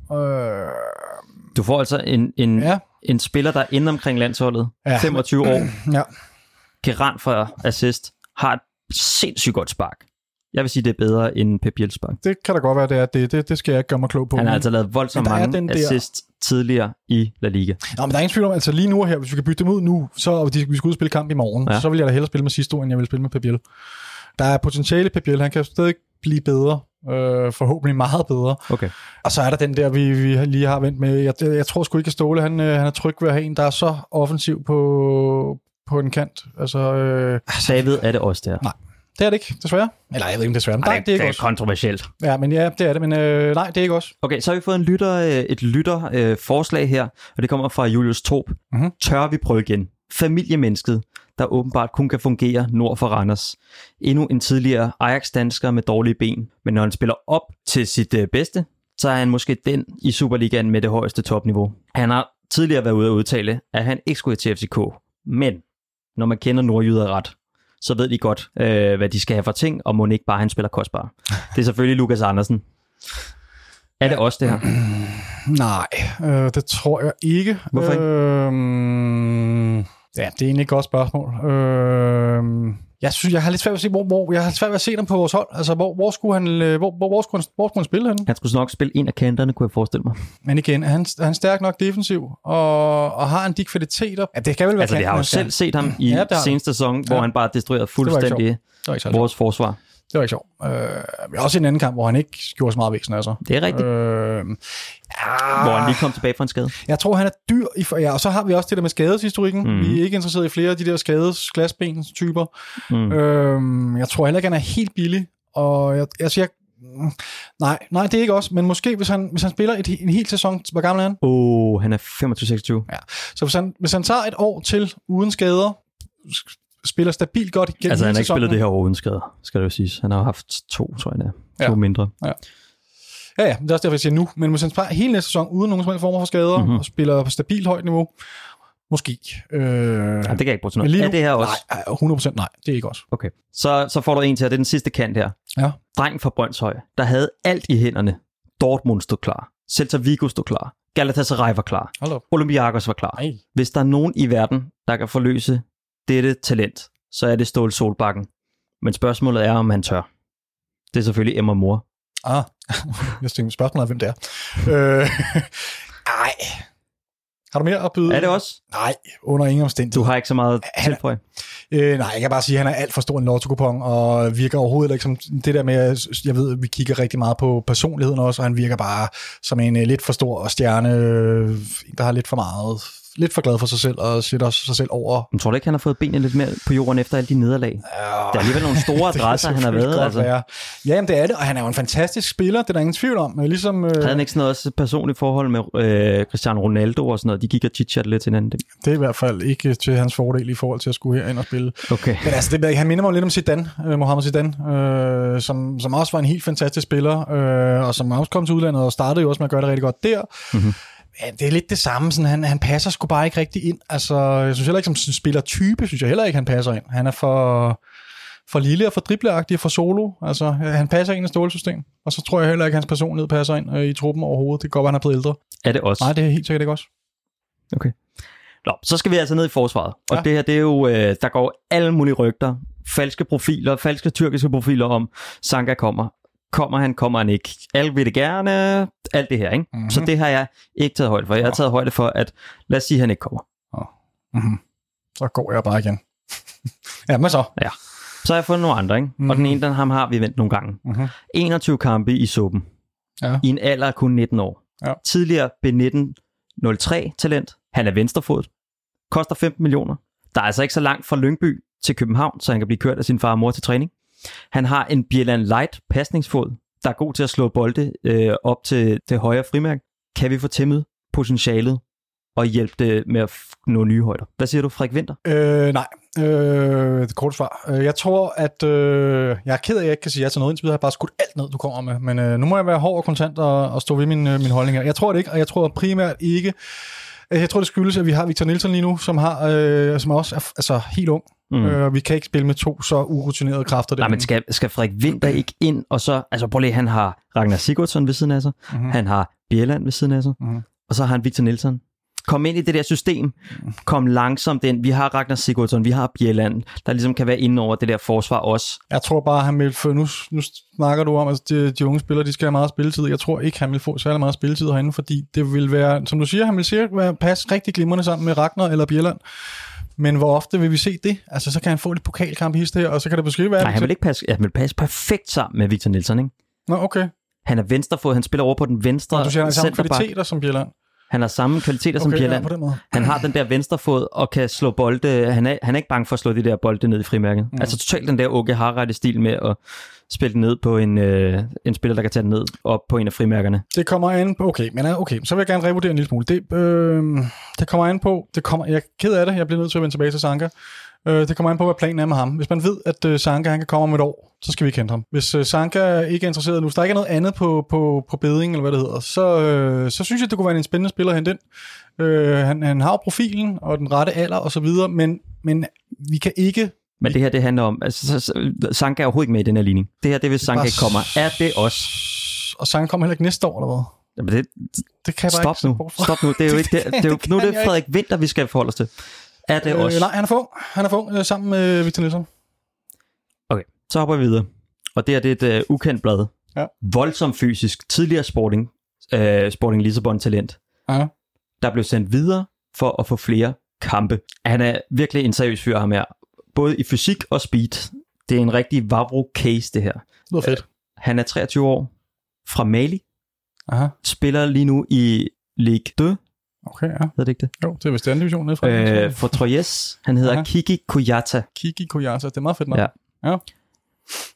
A: Du får altså en spiller, der er inde omkring landsholdet, 25 år, garant for assist, har et sindssygt godt spark. Jeg vil sige, det er bedre end Pep Biels spark.
B: Det kan da godt være, det skal jeg ikke gøre mig klog på.
A: Han har altså lavet voldsomt mange assist tidligere i La Liga.
B: Nå, men der er ingen tvivl om, altså lige nu her, hvis vi kan bytte dem ud nu, så vi skal ud og spille kamp i morgen, så vil jeg da hellere spille med Sisto, end jeg vil spille med Pep Biel. Der er potentiale i Pep Biel, han kan stadig blive bedre. Forhåbentlig meget bedre.
A: Okay. Og
B: så er der den der, vi lige har vendt med. Jeg tror sgu ikke, at Ståle, han er tryg ved at have en, der er så offensiv på en kant.
A: David, er det også der?
B: Nej, det er det ikke, desværre. Eller jeg ved ikke, desværre. Nej,
A: det er ikke kontroversielt.
B: Ja, men ja, det er det, men nej, det er ikke også.
A: Okay, så har vi fået et lytterforslag her, og det kommer fra Julius Torp. Mm-hmm. Tør vi prøve igen? Familiemennesket, der åbenbart kun kan fungere nord for Randers. Endnu en tidligere Ajax-dansker med dårlige ben, men når han spiller op til sit bedste, så er han måske den i Superligaen med det højeste topniveau. Han har tidligere været ude at udtale, at han ikke skulle til FCK, men når man kender nordjyder ret, så ved de godt, hvad de skal have for ting, og må ikke bare han spiller kostbar. Det er selvfølgelig Lukas Andersen. Er det også det her?
B: Nej, det tror jeg ikke.
A: Hvorfor ikke?
B: Ja, det er egentlig et godt spørgsmål. Jeg synes, jeg har lidt svært ved at se, jeg har svært ved at se dem på vores hold. Altså, hvor skulle han spille henne?
A: Han skulle nok spille en af kanterne, kunne jeg forestille mig.
B: Men igen, er han stærk nok defensiv, og har han de kvaliteter? Ja, det kan vel være
A: altså, jeg har jo selv set ham i seneste sæson, hvor han bare destruerede fuldstændig vores forsvar.
B: Det var ikke sjovt. Vi har også en anden kamp, hvor han ikke gjorde så meget væsen af sig.
A: Det er rigtigt. Hvor han lige kom tilbage fra en skade.
B: Jeg tror, han er dyr. Og så har vi også det der med skadeshistorikken. Vi er ikke interesseret i flere af de der glasben-typer. Jeg tror heller ikke, han er helt billig. Og Nej, det er ikke også. Men måske, hvis han spiller en hel sæson, hvor gammel er han?
A: Han er 25-26.
B: Ja. Så hvis han tager et år til uden skader, spiller stabilt godt igennem
A: altså han har ikke
B: sæsonen.
A: spillet det her år uden skader, skal det jo siges. Han har haft 2, tror jeg, to mindre.
B: Ja, det er også derfor, jeg siger nu. Men hvis han spiller hele næste sæson uden nogen som helst former for skader, og spiller på stabilt højt niveau, måske.
A: Det kan jeg ikke bruge til noget. Er det her også?
B: Nej, 100% nej. Det er ikke også.
A: Okay. Så får du en til, det er den sidste kant her.
B: Ja.
A: Dreng fra Brøndshøj, der havde alt i hænderne. Dortmund stod klar. Celta Vigo stod klar. Galatasaray var klar. Olympiakos var klar.
B: Ej.
A: Hvis der er nogen i verden, der kan forløse dette talent, så er det Ståle Solbakken. Men spørgsmålet er, om han tør. Det er selvfølgelig Emma Mor.
B: Jeg tænker, spørgsmålet er, hvem det er. Ej. Har du mere at byde?
A: Er det også?
B: Nej, under ingen omstændighed.
A: Du har ikke så meget tilføje?
B: Nej, jeg kan bare sige, at han er alt for stor en lotto-kupon, og virker overhovedet ikke som det der med, jeg ved, vi kigger rigtig meget på personligheden også, og han virker bare som en lidt for stor stjerne, der har lidt for glad for sig selv, og sætter også sig selv over.
A: Men tror du ikke, han har fået benene lidt mere på jorden efter alle de nederlag? Der er alligevel nogle store adresser, han har været. Altså.
B: Ja, jamen det er det, og han er jo en fantastisk spiller, det er der ingen tvivl om. Ligesom,
A: havde han ikke sådan noget også personligt forhold med Cristiano Ronaldo og sådan noget? De gik og chit-chat lidt til hinanden.
B: Det er i hvert fald ikke til hans fordel i forhold til at skulle herind og spille.
A: Okay.
B: Men altså, han minder mig lidt om Zidane, Mohamed Zidane, som også var en helt fantastisk spiller, og som også kom til udlandet og startede jo også med at gøre det rigtig godt der. Mm-hmm. Ja, det er lidt det samme, sådan, han passer sgu bare ikke rigtig ind. Altså, jeg synes heller ikke, som spillertype, synes jeg heller ikke, han passer ind. Han er for lille og for dribleagtig og for solo. Altså, han passer ind i stålsystem. Og så tror jeg heller ikke, hans personlighed passer ind i truppen overhovedet. Det går godt, han er blevet ældre.
A: Er det også?
B: Nej, det er helt sikkert ikke også.
A: Okay. Nå, så skal vi altså ned i forsvaret. Og det her, det er jo, der går alle mulige rygter. Falske profiler, falske tyrkiske profiler om, Sanka kommer. Kommer han ikke? Alle vil det gerne. Alt det her, ikke? Mm-hmm. Så det har jeg ikke taget højde for. Jeg har taget højde for, at lad os sige, at han ikke kommer.
B: Mm-hmm. Så går jeg bare igen. Ja, men så?
A: Ja. Så har jeg fundet nogle andre, ikke? Mm-hmm. Og den ene, ham har vi vendt nogle gange. Mm-hmm. 21 kampe i suppen. Ja. I en alder af kun 19 år. Ja. Tidligere B1903 talent. Han er venstrefodet. Koster 15 millioner. Der er altså ikke så langt fra Lyngby til København, så han kan blive kørt af sin far og mor til træning. Han har en Bjelland Light pasningsfod, der er god til at slå bolde op til det højre frimærke. Kan vi få tæmmet potentialet og hjælpe det med at nå nye højder? Hvad siger du, Frederik Winther?
B: Nej, det korte svar. Jeg tror, at jeg er ked af, at jeg ikke kan sige ja til noget, indtil videre har jeg bare skudt alt ned, du kommer med. Men nu må jeg være hård og kontant og stå ved min holdning her. Jeg tror det ikke, og jeg tror primært ikke. Jeg tror, det skyldes, at vi har Victor Nielsen lige nu, som også er altså, helt ung. Vi kan ikke spille med 2 så urutinerede kræfter.
A: Nej, men skal Frederik Winther ikke ind, og så, altså prøv lige, han har Ragnar Sigurdsson ved siden af sig, han har Bjelland ved siden af sig, og så har han Victor Nielsen. Kom ind i det der system, kom langsomt ind. Vi har Ragnar Sigurdsson, vi har Bjelland, der ligesom kan være inde over det der forsvar også.
B: Jeg tror bare, han vil få, nu snakker du om, at de unge spillere, de skal have meget spilletid. Jeg tror ikke, han vil få særlig meget spilletid herinde, fordi det vil være, som du siger, han vil sikkert passe rigtig glimrende sammen med Ragnar eller Bjelland. Men hvor ofte vil vi se det? Altså, så kan han få lidt pokalkamp i her, og så kan det måske være...
A: Nej, han vil passe perfekt sammen med Victor Nielsen, ikke?
B: Nå, okay.
A: Han er venstrefod, han spiller over på den venstre.
B: Du siger, han har samme kvaliteter som Bjelland?
A: Han har samme kvaliteter som Bjelland. Han har den der venstrefod og kan slå bolde. Han er ikke bange for at slå de der bolde ned i frimærket. Altså totalt den der Åke Harreide-stil med at spille den ned på en spiller, der kan tage den ned op på en af frimærkerne. Det kommer an på... Okay, så vil jeg gerne revurdere en lille smule. Det kommer an på... Jeg er ked af det, jeg bliver nødt til at vende tilbage til Sanka. Det kommer an på, hvad planen er med ham. Hvis man ved, at Sanka han kan komme om et år, så skal vi kende ham. Hvis Sanka ikke er interesseret nu, hvis der ikke er noget andet på beding, eller hvad det hedder, så synes jeg, det kunne være en spændende spiller at hente ind. Han har profilen og den rette alder og så videre, men vi kan ikke... Men det her, det handler om... Altså, Sanka er overhovedet ikke med i den her ligning. Det her, det hvis Sanka ikke kommer. Er det også?
B: Og Sanka kommer heller ikke næste år, eller hvad?
A: Jamen
B: det kan jeg bare ikke...
A: Stop nu. Det er jo ikke det. Nu er det Frederik Winther, vi skal forholde os til. Er det også?
B: Nej, han er fung sammen med Victor Nielsen.
A: Okay, så hopper vi videre. Og det er et ukendt blad. Ja. Voldsomt fysisk. Tidligere Sporting Lissabon talent. Ja. Der blev sendt videre for at få flere kampe. Han er virkelig en seriøs fyr, ham her. Både i fysik og speed. Det er en rigtig Vavro-case, det her. Det
B: var fedt.
A: Han er 23 år. Fra Mali.
B: Aha.
A: Spiller lige nu i Ligue 2.
B: Okay, ja.
A: Hedder det ikke det?
B: Jo, det er vist anden division nede fra.
A: For Troyes. Han hedder Kiki Koyata.
B: Kiki Koyata, det er meget fedt nok.
A: Ja.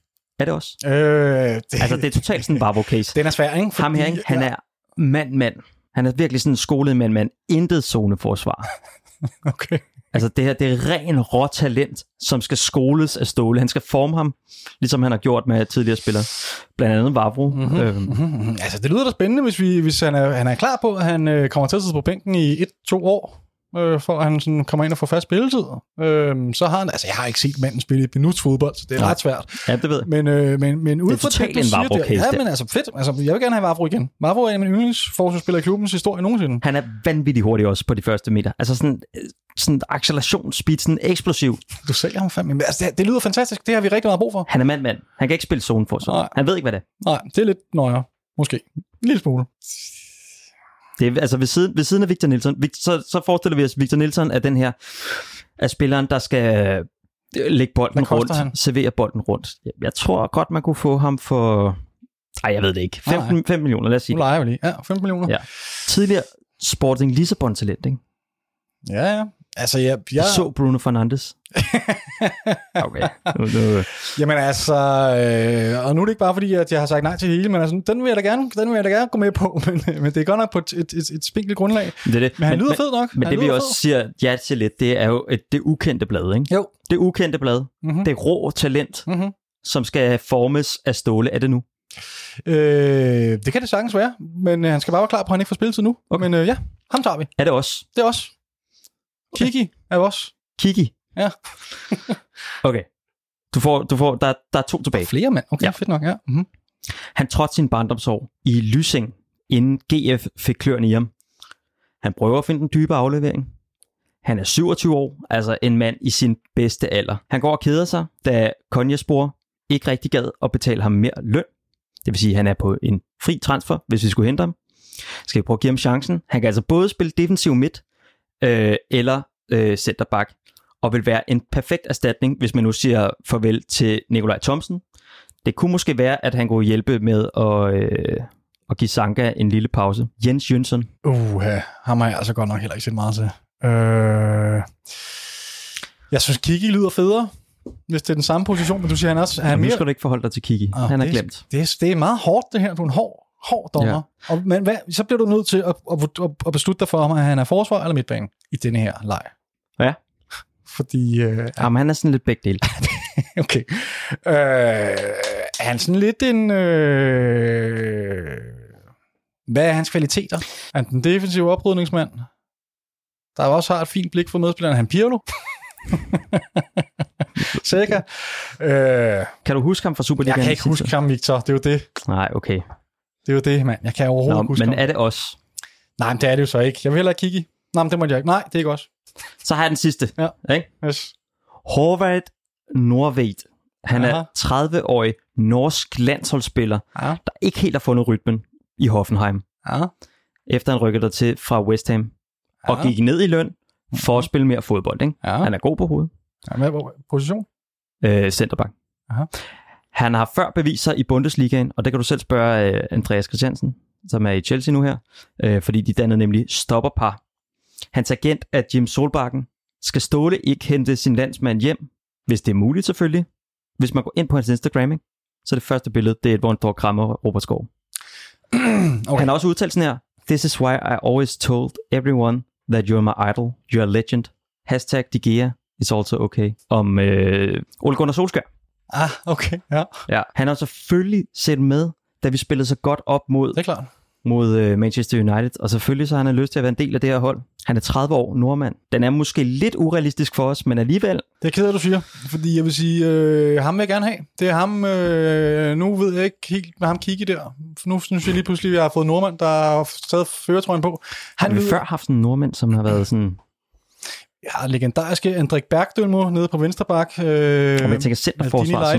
A: Er det også?
B: Det
A: er totalt sådan en Vavro-case.
B: Den er svær, ikke?
A: Ham her, ikke? Han er mand. Han er virkelig sådan en skolet mand. Intet zoneforsvar.
B: Okay.
A: Altså det her, det er ren rå talent, som skal skoles af Ståle. Han skal forme ham, ligesom han har gjort med tidligere spillere. Blandt andet Vavro.
B: Altså det lyder da spændende, hvis han er klar på, at han kommer til at sidde på bænken i 1-2 år, for at han sådan kommer ind og får fast spilletid. Så har han, altså jeg har ikke set manden spille et minuts fodbold, så det er ret svært.
A: Ja, det ved jeg.
B: Men ud fra
A: det, du siger der,
B: ja, men altså fedt. Altså jeg vil gerne have Vavro igen. Vavro er min yndlingsforsvarsspiller i klubbens historie nogensinde.
A: Han er vanvittigt hurtig også på de første meter. Altså sådan accelerationsspeed, sådan eksplosiv.
B: Du sælger ham fandme. Men altså, det lyder fantastisk. Det har vi rigtig meget brug for.
A: Han er mand. Han kan ikke spille zoneforsvar. Han ved ikke, hvad det er.
B: Nej, det er lidt nøjere. Måske. En lille smule.
A: Det er, altså ved siden af Victor Nilsson, så forestiller vi os, Victor Nilsson er den her, er spilleren, der skal lægge bolden rundt, servere bolden rundt. Jeg tror godt, man kunne få ham for, jeg ved det ikke, 5 millioner, lad os sige.
B: Nu leger vi lige. Ja, 5 millioner.
A: Ja. Tidligere Sporting Lissabon-talent, ikke?
B: Ja. Altså, jeg
A: så Bruno Fernandes. Okay.
B: Jamen altså, og nu er det ikke bare fordi, at jeg har sagt nej til det hele, men altså, den vil jeg da gerne gå med på, men det er godt nok på et spinkelt grundlag.
A: Det.
B: Men han lyder fed nok.
A: Men det vi også siger ja til lidt, det er jo det ukendte blad, ikke?
B: Jo.
A: Det ukendte blad. Det er rå talent, som skal formes af Ståle. Er det nu?
B: Det kan det sagtens være, men han skal bare være klar på, at han ikke får spilletid nu. Okay. Men ja, ham tager vi.
A: Er det også?
B: Det er også. Okay. Kiki er også.
A: Kiki?
B: Ja.
A: Okay. Du får der er 2 tilbage.
B: Flere mand. Okay, ja. Fedt nok, ja.
A: Han trådte sin barndomsår i Lysing, inden GF fik kløerne i ham. Han prøver at finde den dybe aflevering. Han er 27 år, altså en mand i sin bedste alder. Han går og keder sig, da Konjas bror ikke rigtig gad at betale ham mere løn. Det vil sige, at han er på en fri transfer, hvis vi skulle hente ham. Skal vi prøve at give ham chancen? Han kan altså både spille defensiv midt, eller centerback, og vil være en perfekt erstatning, hvis man nu siger farvel til Nikolaj Thomsen. Det kunne måske være, at han kunne hjælpe med at give Sanka en lille pause. Jens Jønsson.
B: Ham har jeg altså godt nok heller ikke set meget til. Jeg synes, Kiki lyder federe, hvis det er den samme position, men du siger, han også...
A: Nu skal du ikke forholde dig til Kiki. Han er glemt.
B: Det er meget hårdt, det her. Du er en hård dommer. Ja. Men så bliver du nødt til at beslutte dig for, om han er forsvar eller midtbane i denne her leg.
A: Ja.
B: Fordi...
A: Jamen, han er sådan lidt begge dele.
B: Okay. Er han sådan lidt en... Hvad er hans kvaliteter? Er han den defensive oprydningsmand? Der også har et fint blik for medspilleren. Er han Pirlo? Sikker.
A: Kan du huske ham fra Superligaen?
B: Jeg kan ikke huske ham, Victor. Det er jo det.
A: Nej, okay.
B: Det er jo det, mand. Jeg kan overhovedet ikke huske
A: men
B: ham.
A: er det også?
B: Nej, men det er det jo så ikke. Jeg vil hellere kigge. Nej, men det må jeg ikke. Nej, det er ikke også.
A: Så har jeg den sidste.
B: Ja.
A: Ikke?
B: Yes.
A: Håvard Nordved. Han er 30-årig norsk landsholdsspiller, der ikke helt har fundet rytmen i Hoffenheim. Efter han rykkede der til fra West Ham. Og gik ned i løn for at spille mere fodbold. Ikke? Han er god på hovedet.
B: Hvad position?
A: Centerback. Han har før bevist sig i Bundesligaen, og det kan du selv spørge Andreas Christiansen, som er i Chelsea nu her, fordi de dannede nemlig stopperpar. Hans agent er Jim Solbakken. Skal Ståle ikke hente sin landsmand hjem, hvis det er muligt selvfølgelig? Hvis man går ind på hans Instagram, ikke? Så det første billede, det er et, hvor han står og krammer Robert Skov. Okay. Han har også udtalt sådan her: "This is why I always told everyone that you're my idol, you're a legend. # De Gea is also okay." Om Ole Gunnar Solskjaer.
B: Okay,
A: ja. Han har selvfølgelig set med, da vi spillede så godt op mod,
B: det er klart,
A: mod Manchester United, og selvfølgelig så har han lyst til at være en del af det her hold. Han er 30 år, nordmand. Den er måske lidt urealistisk for os, men alligevel...
B: Det er ked af, du siger, fordi jeg vil sige, ham vil jeg gerne have. Det er ham, nu ved jeg ikke helt, hvad ham kigge der. For nu synes jeg lige pludselig, at jeg har fået nordmand, der har taget førertrøjen på.
A: Har vi før haft en nordmand, som har været sådan...
B: Ja, legendariske Andrik Bergdølmo nede på venstrebak.
A: Og jeg tænker centerforsvar.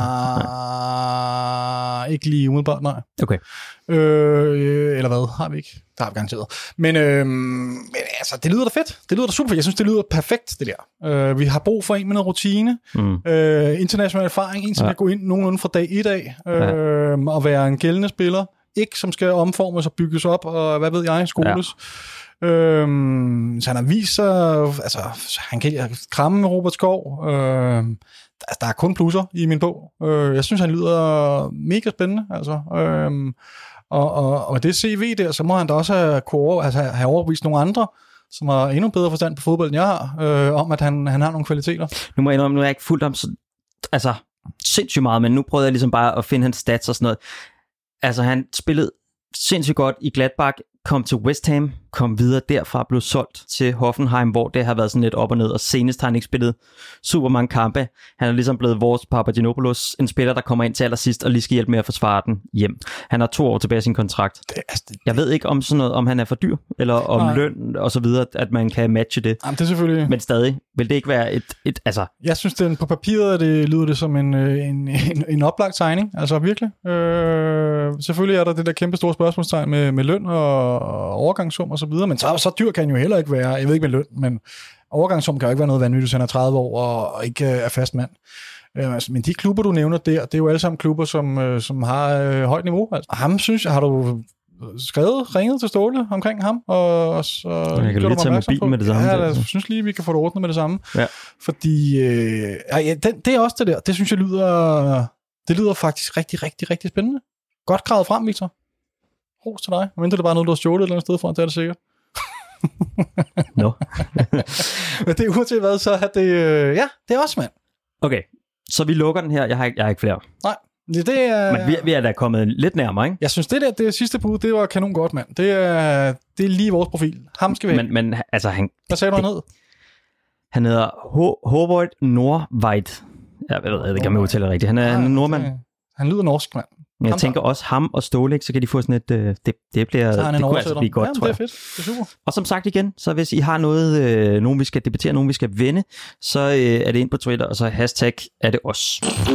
B: Ikke lige umiddelbart, nej.
A: Okay.
B: Eller hvad? Har vi ikke? Der har vi garanteret. Men altså, det lyder da fedt. Det lyder da super. Jeg synes, det lyder perfekt, det der. Vi har brug for en med noget rutine. International erfaring. En, som kan gå ind nogenlunde fra dag 1 af. Og være en gældende spiller. ikke, som skal omformes og bygges op, og hvad ved jeg, skoles. Ja. Så han har vist sig, altså, han kan kramme med Robert Skov. Der er kun plusser i min bog. Jeg synes, han lyder mega spændende, altså. Og det CV der, så må han da også have overbevist nogle andre, som har endnu bedre forstand på fodbold, end jeg har, om at han har nogle kvaliteter.
A: Nu må jeg indrømme, nu er jeg ikke fuldt om sindssygt meget, men nu prøvede jeg ligesom bare at finde hans stats og sådan noget. Altså, han spillede sindssygt godt i Gladbach, kom til West Ham, kom videre derfra, blev solgt til Hoffenheim, hvor det har været sådan lidt op og ned, og senest har han ikke spillet super mange kampe. Han er ligesom blevet vores Papagiannopoulos, en spiller, der kommer ind til allersidst og lige skal hjælpe med at forsvare den hjem. Han har 2 år tilbage i sin kontrakt. Jeg ved ikke om sådan noget, om han er for dyr, eller om løn og så videre, at man kan matche det.
B: Jamen, det er selvfølgelig.
A: Men stadig, vil det ikke være et altså...
B: Jeg synes, på papiret lyder det som en oplagt signing, altså virkelig. Selvfølgelig er der det der kæmpe store spørgsmålstegn med løn og overgangssum og så videre, men så dyr kan han jo heller ikke være. Jeg ved ikke med løn, men overgangssum kan jo ikke være noget vanvittigt, hvis han er 30 år og ikke er fast mand. Men de klubber, du nævner der, det er jo alle sammen klubber, som har højt niveau. Altså, ham synes jeg, har du ringet til Ståle omkring ham, og så
A: jeg kan lige tage mobilen med det samme.
B: Ja, jeg synes lige, vi kan få det ordnet med det samme. Ja. Fordi det er også det der. Det synes jeg lyder faktisk rigtig, rigtig, rigtig spændende. Godt gravet frem, Victor. Ros til dig. Men det er bare noget, du har stjålet et eller andet sted for, det er det sikkert.
A: No.
B: Men det er uanset hvad, så er det... det er også, mand.
A: Okay, så vi lukker den her. Jeg har ikke flere.
B: Nej. Det er...
A: Men vi er da kommet lidt nærmere, ikke?
B: Jeg synes, det sidste bud, det var kanon godt, mand. Det er lige vores profil. Ham skal vi have.
A: Men altså,
B: hvad sagde du, han hed?
A: Han hedder Håvard Nordveit. Jeg ved ikke, om jeg udtaler rigtigt. Han er en nordmand.
B: Han lyder norsk, mand.
A: Jeg tænker også ham og Ståle, så kan de få sådan et... Det kunne altså blive godt, tror jeg.
B: Det er fedt. Det er super.
A: Og som sagt igen, så hvis I har noget, nogen vi skal debattere, nogen vi skal vende, så er det ind på Twitter, og så hashtag er det os.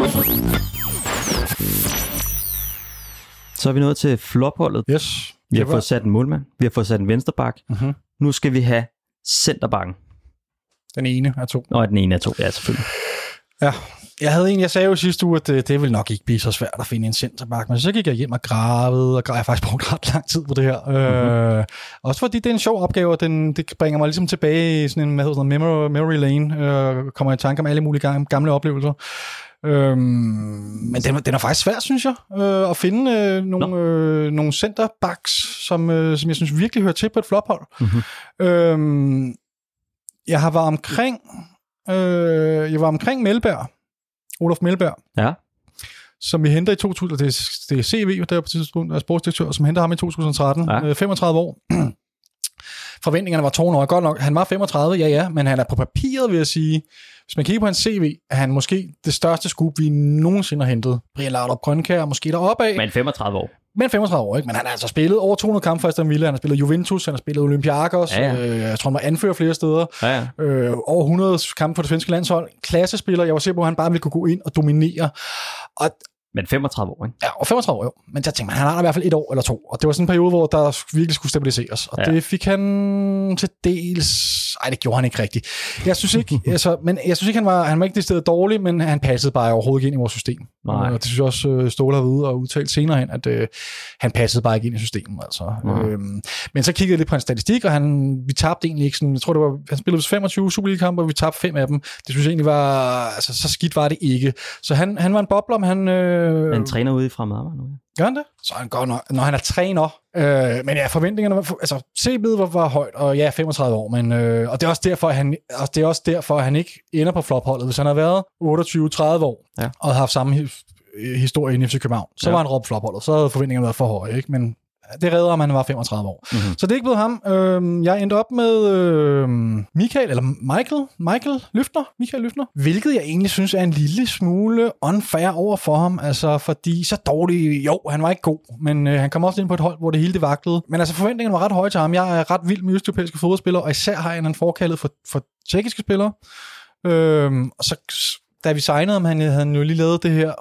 A: Så er vi nået til flopholdet.
B: Yes.
A: Vi har fået sat en målmand. Vi har fået sat en venstreback.
B: Mm-hmm.
A: Nu skal vi have centerbacken.
B: Den ene af 2.
A: Den ene af 2, ja, selvfølgelig.
B: Ja. Jeg sagde jo sidste uge, at det vil nok ikke blive så svært at finde en centerback, men så gik jeg hjem og gravede, og jeg har faktisk brugt ret lang tid på det her. Mm-hmm. Også fordi det er en sjov opgave, og det bringer mig ligesom tilbage i sådan en memory lane, kommer i tanke om alle mulige gamle oplevelser. Men den er faktisk svært, synes jeg, at finde nogle centerbacks, som jeg synes virkelig hører til på et flophold. Mm-hmm. Jeg var omkring Melberg, Olof Melberg,
A: ja, som
B: vi henter i 2000, det er CV, der på tidspunkt er sportsdirektør, som henter ham i 2013, 35 år. Forventningerne var tårnhøje. Godt nok, han var 35, ja, men han er på papiret, vil jeg sige. Hvis man kigger på hans CV, er han måske det største scoop, vi nogensinde har hentet. Brian Laudrup Grønkjær, måske deroppe af.
A: Men 35 år.
B: Men 35 år, ikke? Men han har altså spillet over 200 kampe for Aston Villa. Han har spillet Juventus, han har spillet Olympiakos. Ja. Jeg tror, han var anfører flere steder. Ja. Over 100 kampe på det svenske landshold. Klassespiller. Jeg var sikker på, at han bare ville kunne gå ind og dominere.
A: Men 35 år, ikke?
B: Ja, og 35 år, jo. Men jeg tænkte, han har i hvert fald 1 år eller 2. Og det var sådan en periode, hvor der virkelig skulle stabiliseres. Og det fik han til dels... Ej, det gjorde han ikke rigtigt. Jeg synes ikke, han var ikke det sted dårlig, men han passede bare overhovedet ikke ind i vores system. Og det synes jeg også, Ståle har været ude og udtalt senere hen, at han passede bare ikke ind i systemet. Altså. Men så kiggede jeg lidt på hans statistik, og vi tabte egentlig ikke sådan... Jeg tror, han spillede 25 Superliga-kampe, og vi tabte 5 af dem. Det synes jeg egentlig var... Altså, så skidt var det ikke. Så han var en bobler, men
A: han træner ude i Fremad Amager nu.
B: Gør han det? Så han godt når han er træner. Men ja, forventningerne var... Altså, CB'et var højt, og ja, 35 år. Men, og det er også derfor, at han ikke ender på flopholdet. Hvis han har været 28-30 år, og havde haft samme historie i FC København, så var han råbt flopholdet. Så havde forventningerne været for høje, ikke? Men det redder, om han var 35 år. Mm-hmm. Så det er ikke blevet ham. Jeg endte op med Michael Løftner, hvilket jeg egentlig synes er en lille smule unfair over for ham, altså fordi så dårlig, jo, han var ikke god, men han kom også ind på et hold, hvor det hele det vaklede. Men altså forventningerne var ret høje til ham. Jeg er ret vild med østeuropæiske fodboldspillere, og især har jeg en forkaldet for tjekkiske spillere. Og så da vi signede ham, han havde jo lige lavet det her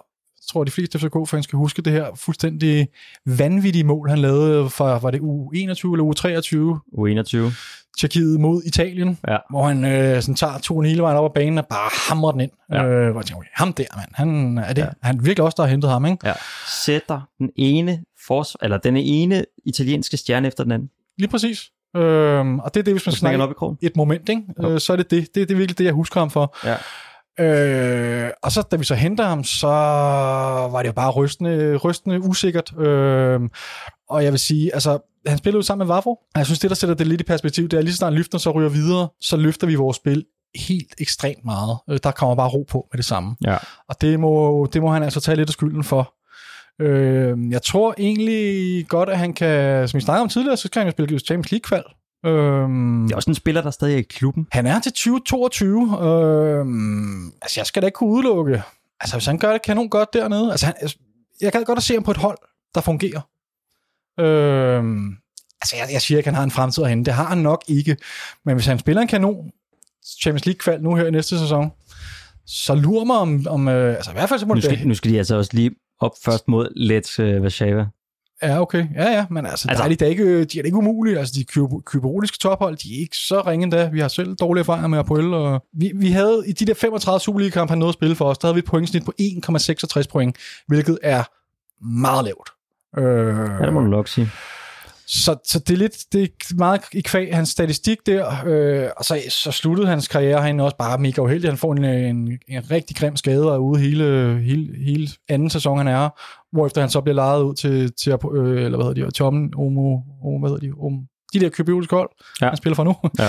B: tror de fleste FCK-fans skal huske det her fuldstændig vanvittige mål, han lavede fra, var det U21 eller U23?
A: U21.
B: Tjekkiet mod Italien, hvor han sådan tager turen hele vejen op ad banen og bare hamrer den ind. Hvor jeg tænker, ham der, mand, han virkelig også, der har hentet ham, ikke?
A: Ja. Sætter den ene italienske stjerne efter den anden.
B: Lige præcis. Og det er det, hvis man snakker et moment, ikke? Så er det det. Det er virkelig det, jeg husker ham for.
A: Ja.
B: Og så da vi så henter ham, så var det jo bare rystende usikkert. Og jeg vil sige, altså, han spillede jo sammen med Vavro, og jeg synes, det der sætter det lidt i perspektiv, det er lige så snart løfter, så ryger videre, så løfter vi vores spil helt ekstremt meget. Der kommer bare ro på med det samme. Ja. Og det må han altså tage lidt af skylden for. Jeg tror egentlig godt, at han kan, som vi snakkede om tidligere, så kan han jo spille Champions League-kval.
A: Det er også en spiller, der stadig er i klubben.
B: Han er til 2022. Altså, jeg skal da ikke kunne udelukke. Altså, hvis han gør det kanon godt dernede. Altså, jeg kan godt at se ham på et hold, der fungerer. Altså, jeg siger ikke, han har en fremtid herinde. Det har han nok ikke. Men hvis han spiller en kanon Champions League-kval nu her i næste sæson, så lurer mig om altså, i hvert fald så må
A: nu skal de altså også lige op først mod Lech Warszawa.
B: Ja, okay. Ja, men altså de er ikke umulige. Altså, de kyberoliske tophold, de er ikke så ringe endda. Vi har selv dårlige erfaringer med Apoel, og vi havde i de der 35 Superliga-kampe, han nåede at spille for os, der havde vi et pointsnit på 1,66 point, hvilket er meget lavt.
A: Ja, det må du nok sige.
B: Så det er meget i kvæg hans statistik der, og så sluttede hans karriere herinde også bare mega uheldig. Han får en rigtig grim skade og er ude hele anden sæson, han er, hvorefter han så bliver lejet ud til eller hvad hedder de, Tom, hvad hedder de, de der kyberoliske hold, han spiller for nu. Ja.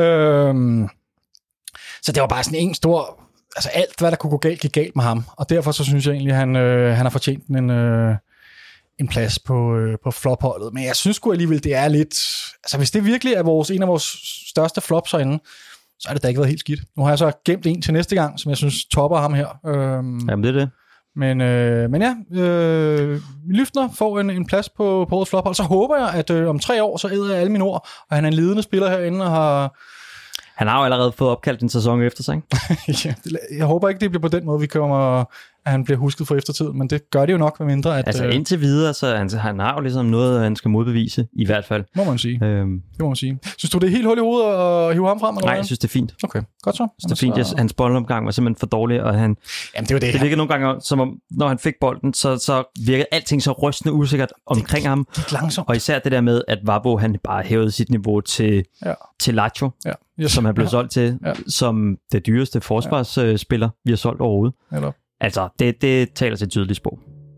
B: Så det var bare sådan en stor, altså alt hvad der kunne gå galt, gik galt med ham, og derfor så synes jeg egentlig, han har fortjent en plads på flopholdet. Men jeg synes sgu alligevel, det er lidt... Altså, hvis det virkelig er en af vores største flops herinde, så har det da ikke været helt skidt. Nu har jeg så gemt en til næste gang, som jeg synes topper ham her.
A: Jamen, det er det.
B: Men ja, Lyftner får en plads på årets flophold. Så håber jeg, at om 3 år, så æder jeg alle mine ord, og han er en ledende spiller herinde, og har...
A: Han har jo allerede fået opkaldt en sæson efter sig, ikke?
B: Ja, jeg håber ikke, det bliver på den måde, at han bliver husket for eftertid, men det gør det jo nok, med mindre at...
A: Altså indtil videre, så han har jo ligesom noget, han skal modbevise, i hvert fald.
B: Må man sige. Det må man sige. Synes du, det er helt hul i hovedet at hive ham frem? Eller
A: Nej, jeg synes, det er fint.
B: Okay, godt så.
A: Det er fint. Hans boldomgang var simpelthen for dårlig, og han... Jamen, det virkede nogle gange, som om, når han fik bolden, så virkede alting så rystende usikkert omkring ham.
B: Det gik langsomt.
A: Og især det der med, at Vabo, han bare hævede sit niveau til Lazio, som han blev solgt til, som det dyreste forsvarsspiller, vi har solgt overhovedet. Eller? Altså, det taler til tydeligt sprog.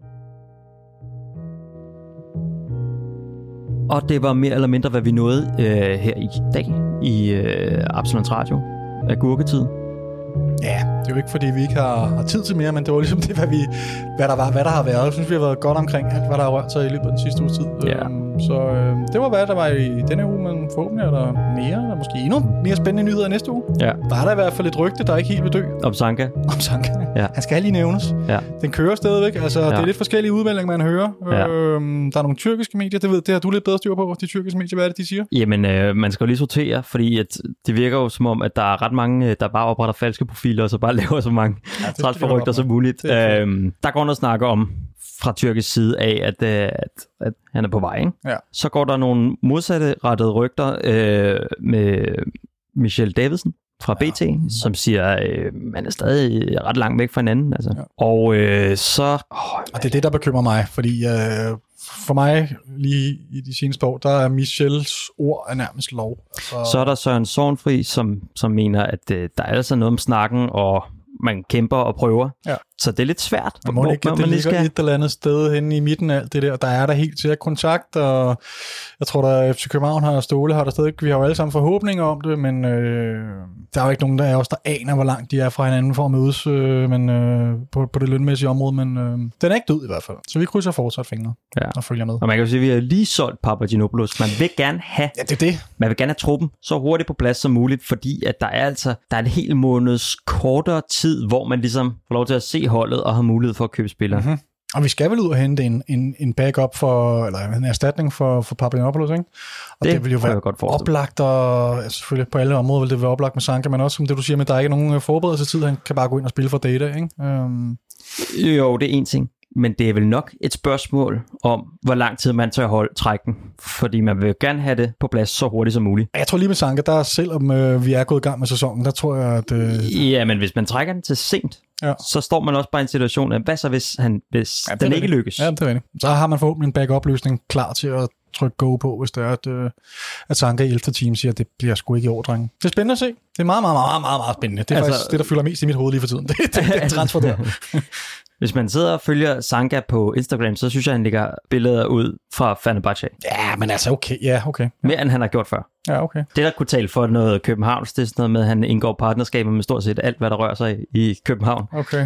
A: Og det var mere eller mindre, hvad vi nåede her i dag i Absalons Radio af gurketid.
B: Ja, det er jo ikke, fordi vi ikke har tid til mere, men det var ligesom det, hvad der har været. Jeg synes, vi har været godt omkring alt, hvad der har rørt sig i løbet af den sidste uges tid. Ja. Det var, hvad der var i denne uge, men forhåbentlig er der mere, eller måske endnu mere spændende nyheder næste uge. Ja. Der er der i hvert fald et rygte, der ikke helt vil dø.
A: Om Sanka.
B: Ja. Han skal lige nævnes. Ja. Den kører stadigvæk. Altså, det er lidt forskellige udmeldinger, man hører. Ja. Der er nogle tyrkiske medier, det har du lidt bedre styr på, de tyrkiske medier. Hvad er det, de siger?
A: Jamen, man skal jo lige sortere, fordi at det virker jo som om, at der er ret mange, der bare opretter falske profiler, og så bare laver så mange transferrygter som muligt. Der går noget snak om fra tyrkisk side af, at han er på vej. Ikke? Ja. Så går der nogle modsatte rettede rygter med Michel Davidsen fra BT, som siger, man er stadig ret langt væk fra hinanden. Altså. Ja. Og så...
B: Og det er det, der bekymrer mig, fordi for mig lige i de seneste år, der er Michels ord er nærmest lov. Altså...
A: Så er der Søren Sornfri, som mener, at der er altså noget om snakken, og man kæmper og prøver. Ja. Så det er lidt svært.
B: Man må ikke, det ligger et eller andet sted henne i midten af alt det der. Der er der helt sikkert kontakt, og jeg tror, der FC København har Ståle, har der stadig. Vi har jo alle sammen forhåbninger om det, men der er jo ikke nogen der aner, hvor langt de er fra hinanden for at mødes på det lønmæssige område, men den er ikke død i hvert fald. Så vi krydser fortsat fingre og følger med.
A: Og man kan jo sige, at vi har lige solgt Papagiannopoulos. Man vil gerne have, man vil gerne have truppen så hurtigt på plads som muligt, fordi at der er en hel måneds kortere tid, hvor man ligesom får lov til at se holdet og har mulighed for at købe spillere. Mm-hmm.
B: Og vi skal vel ud og hente en backup eller en erstatning for Papagiannopoulos, ikke? Og det vil jo være oplagt, og selvfølgelig på alle områder vil det være oplagt med Sanka, men også som det du siger med, der er ikke nogen forberedelsestid, han kan bare gå ind og spille for data, ikke?
A: Jo, det er en ting. Men det er vel nok et spørgsmål om, hvor lang tid man tør trække den. Fordi man vil gerne have det på plads så hurtigt som muligt.
B: Jeg tror lige med Sanka, der selvom vi er gået i gang med sæsonen, der tror jeg, at...
A: Ja, men hvis man trækker den til sent, så står man også bare i en situation, at hvad så hvis den ikke lykkes?
B: Ja, det er rigtigt. Så har man forhåbentlig en backup-løsning klar til at trykke go på, hvis det er, at Sanka i 11. team siger, at det bliver sgu ikke i år, drenge. Det er spændende at se. Det er meget, meget, meget, meget, meget spændende. Det er faktisk det, der fylder mest i mit hoved lige for tiden. Det er transfer der.
A: Hvis man sidder og følger Sanka på Instagram, så synes jeg, han lægger billeder ud fra Fenerbahce.
B: Ja, men altså okay. Ja, okay.
A: Mere end han har gjort før.
B: Ja, okay.
A: Det, der kunne tale for noget Københavns, det er sådan noget med, at han indgår partnerskaber med stort set alt, hvad der rører sig i København.
B: Okay.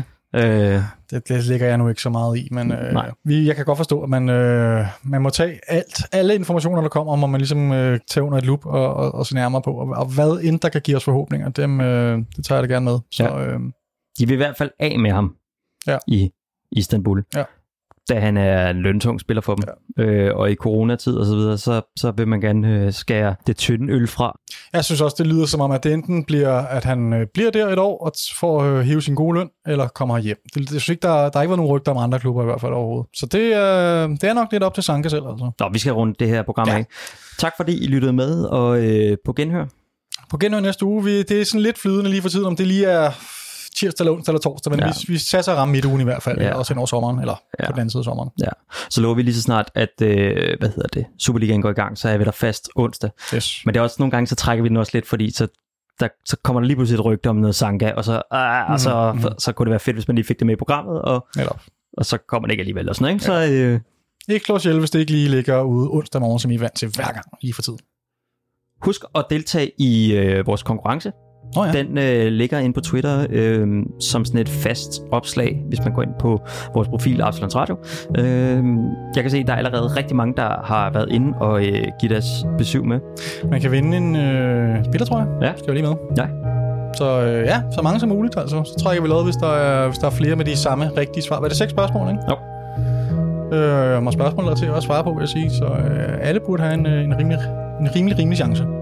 B: Det lægger jeg nu ikke så meget i, men jeg kan godt forstå, at man må tage alle informationer, der kommer, må man ligesom tage under et lup og se nærmere på, og hvad end der kan give os forhåbninger, det tager jeg da gerne med. Så,
A: de vil i hvert fald af med ham i Istanbul, da han er en løntung spiller for dem, og i coronatid og så videre, så vil man gerne skære det tynde øl fra.
B: Jeg synes også, det lyder som om, at det enten bliver, at han bliver der et år og får hæve sin gode løn, eller kommer hjem. Det synes ikke, der har ikke været nogen rygter om andre klubber i hvert fald overhovedet. Så det er nok lidt op til Sanka selv. Altså.
A: Nå, vi skal runde det her program af. Tak fordi I lyttede med, og på genhør.
B: På genhør næste uge. Det er sådan lidt flydende lige for tiden, om det lige er tirsdag eller onsdag eller torsdag, men vi satser at ramme midt ugen i hvert fald, også hen over sommeren, eller på den anden side af sommeren. Ja.
A: Så lover vi lige så snart, at Superligaen går i gang, så er vi der fast onsdag. Yes. Men det er også nogle gange, så trækker vi den også lidt, fordi så kommer der lige pludselig et rygte om noget Sanka, og så kunne det være fedt, hvis man lige fik det med i programmet, og så kommer det ikke alligevel. Og sådan, ikke? Så,
B: ikke slå ihjel, hvis det ikke lige ligger ude onsdag morgen, som I er vant til hver gang, lige for tiden.
A: Husk at deltage i vores konkurrence. Den ligger inde på Twitter som sådan et fast opslag, hvis man går ind på vores profil Absalons Radio. Jeg kan se, at der er allerede rigtig mange, der har været inde og givet deres besøg med. Man kan vinde en spiller, tror jeg. Ja. Skal jeg lige med? Ja. Så så mange som muligt. Altså. Så trækker vi lod, hvis der er flere med de samme rigtige svar. Hvad er det 6 spørgsmål, ikke? Jo. Og spørgsmål der til at svare på, vil jeg sige. Så alle burde have en rimelig chance.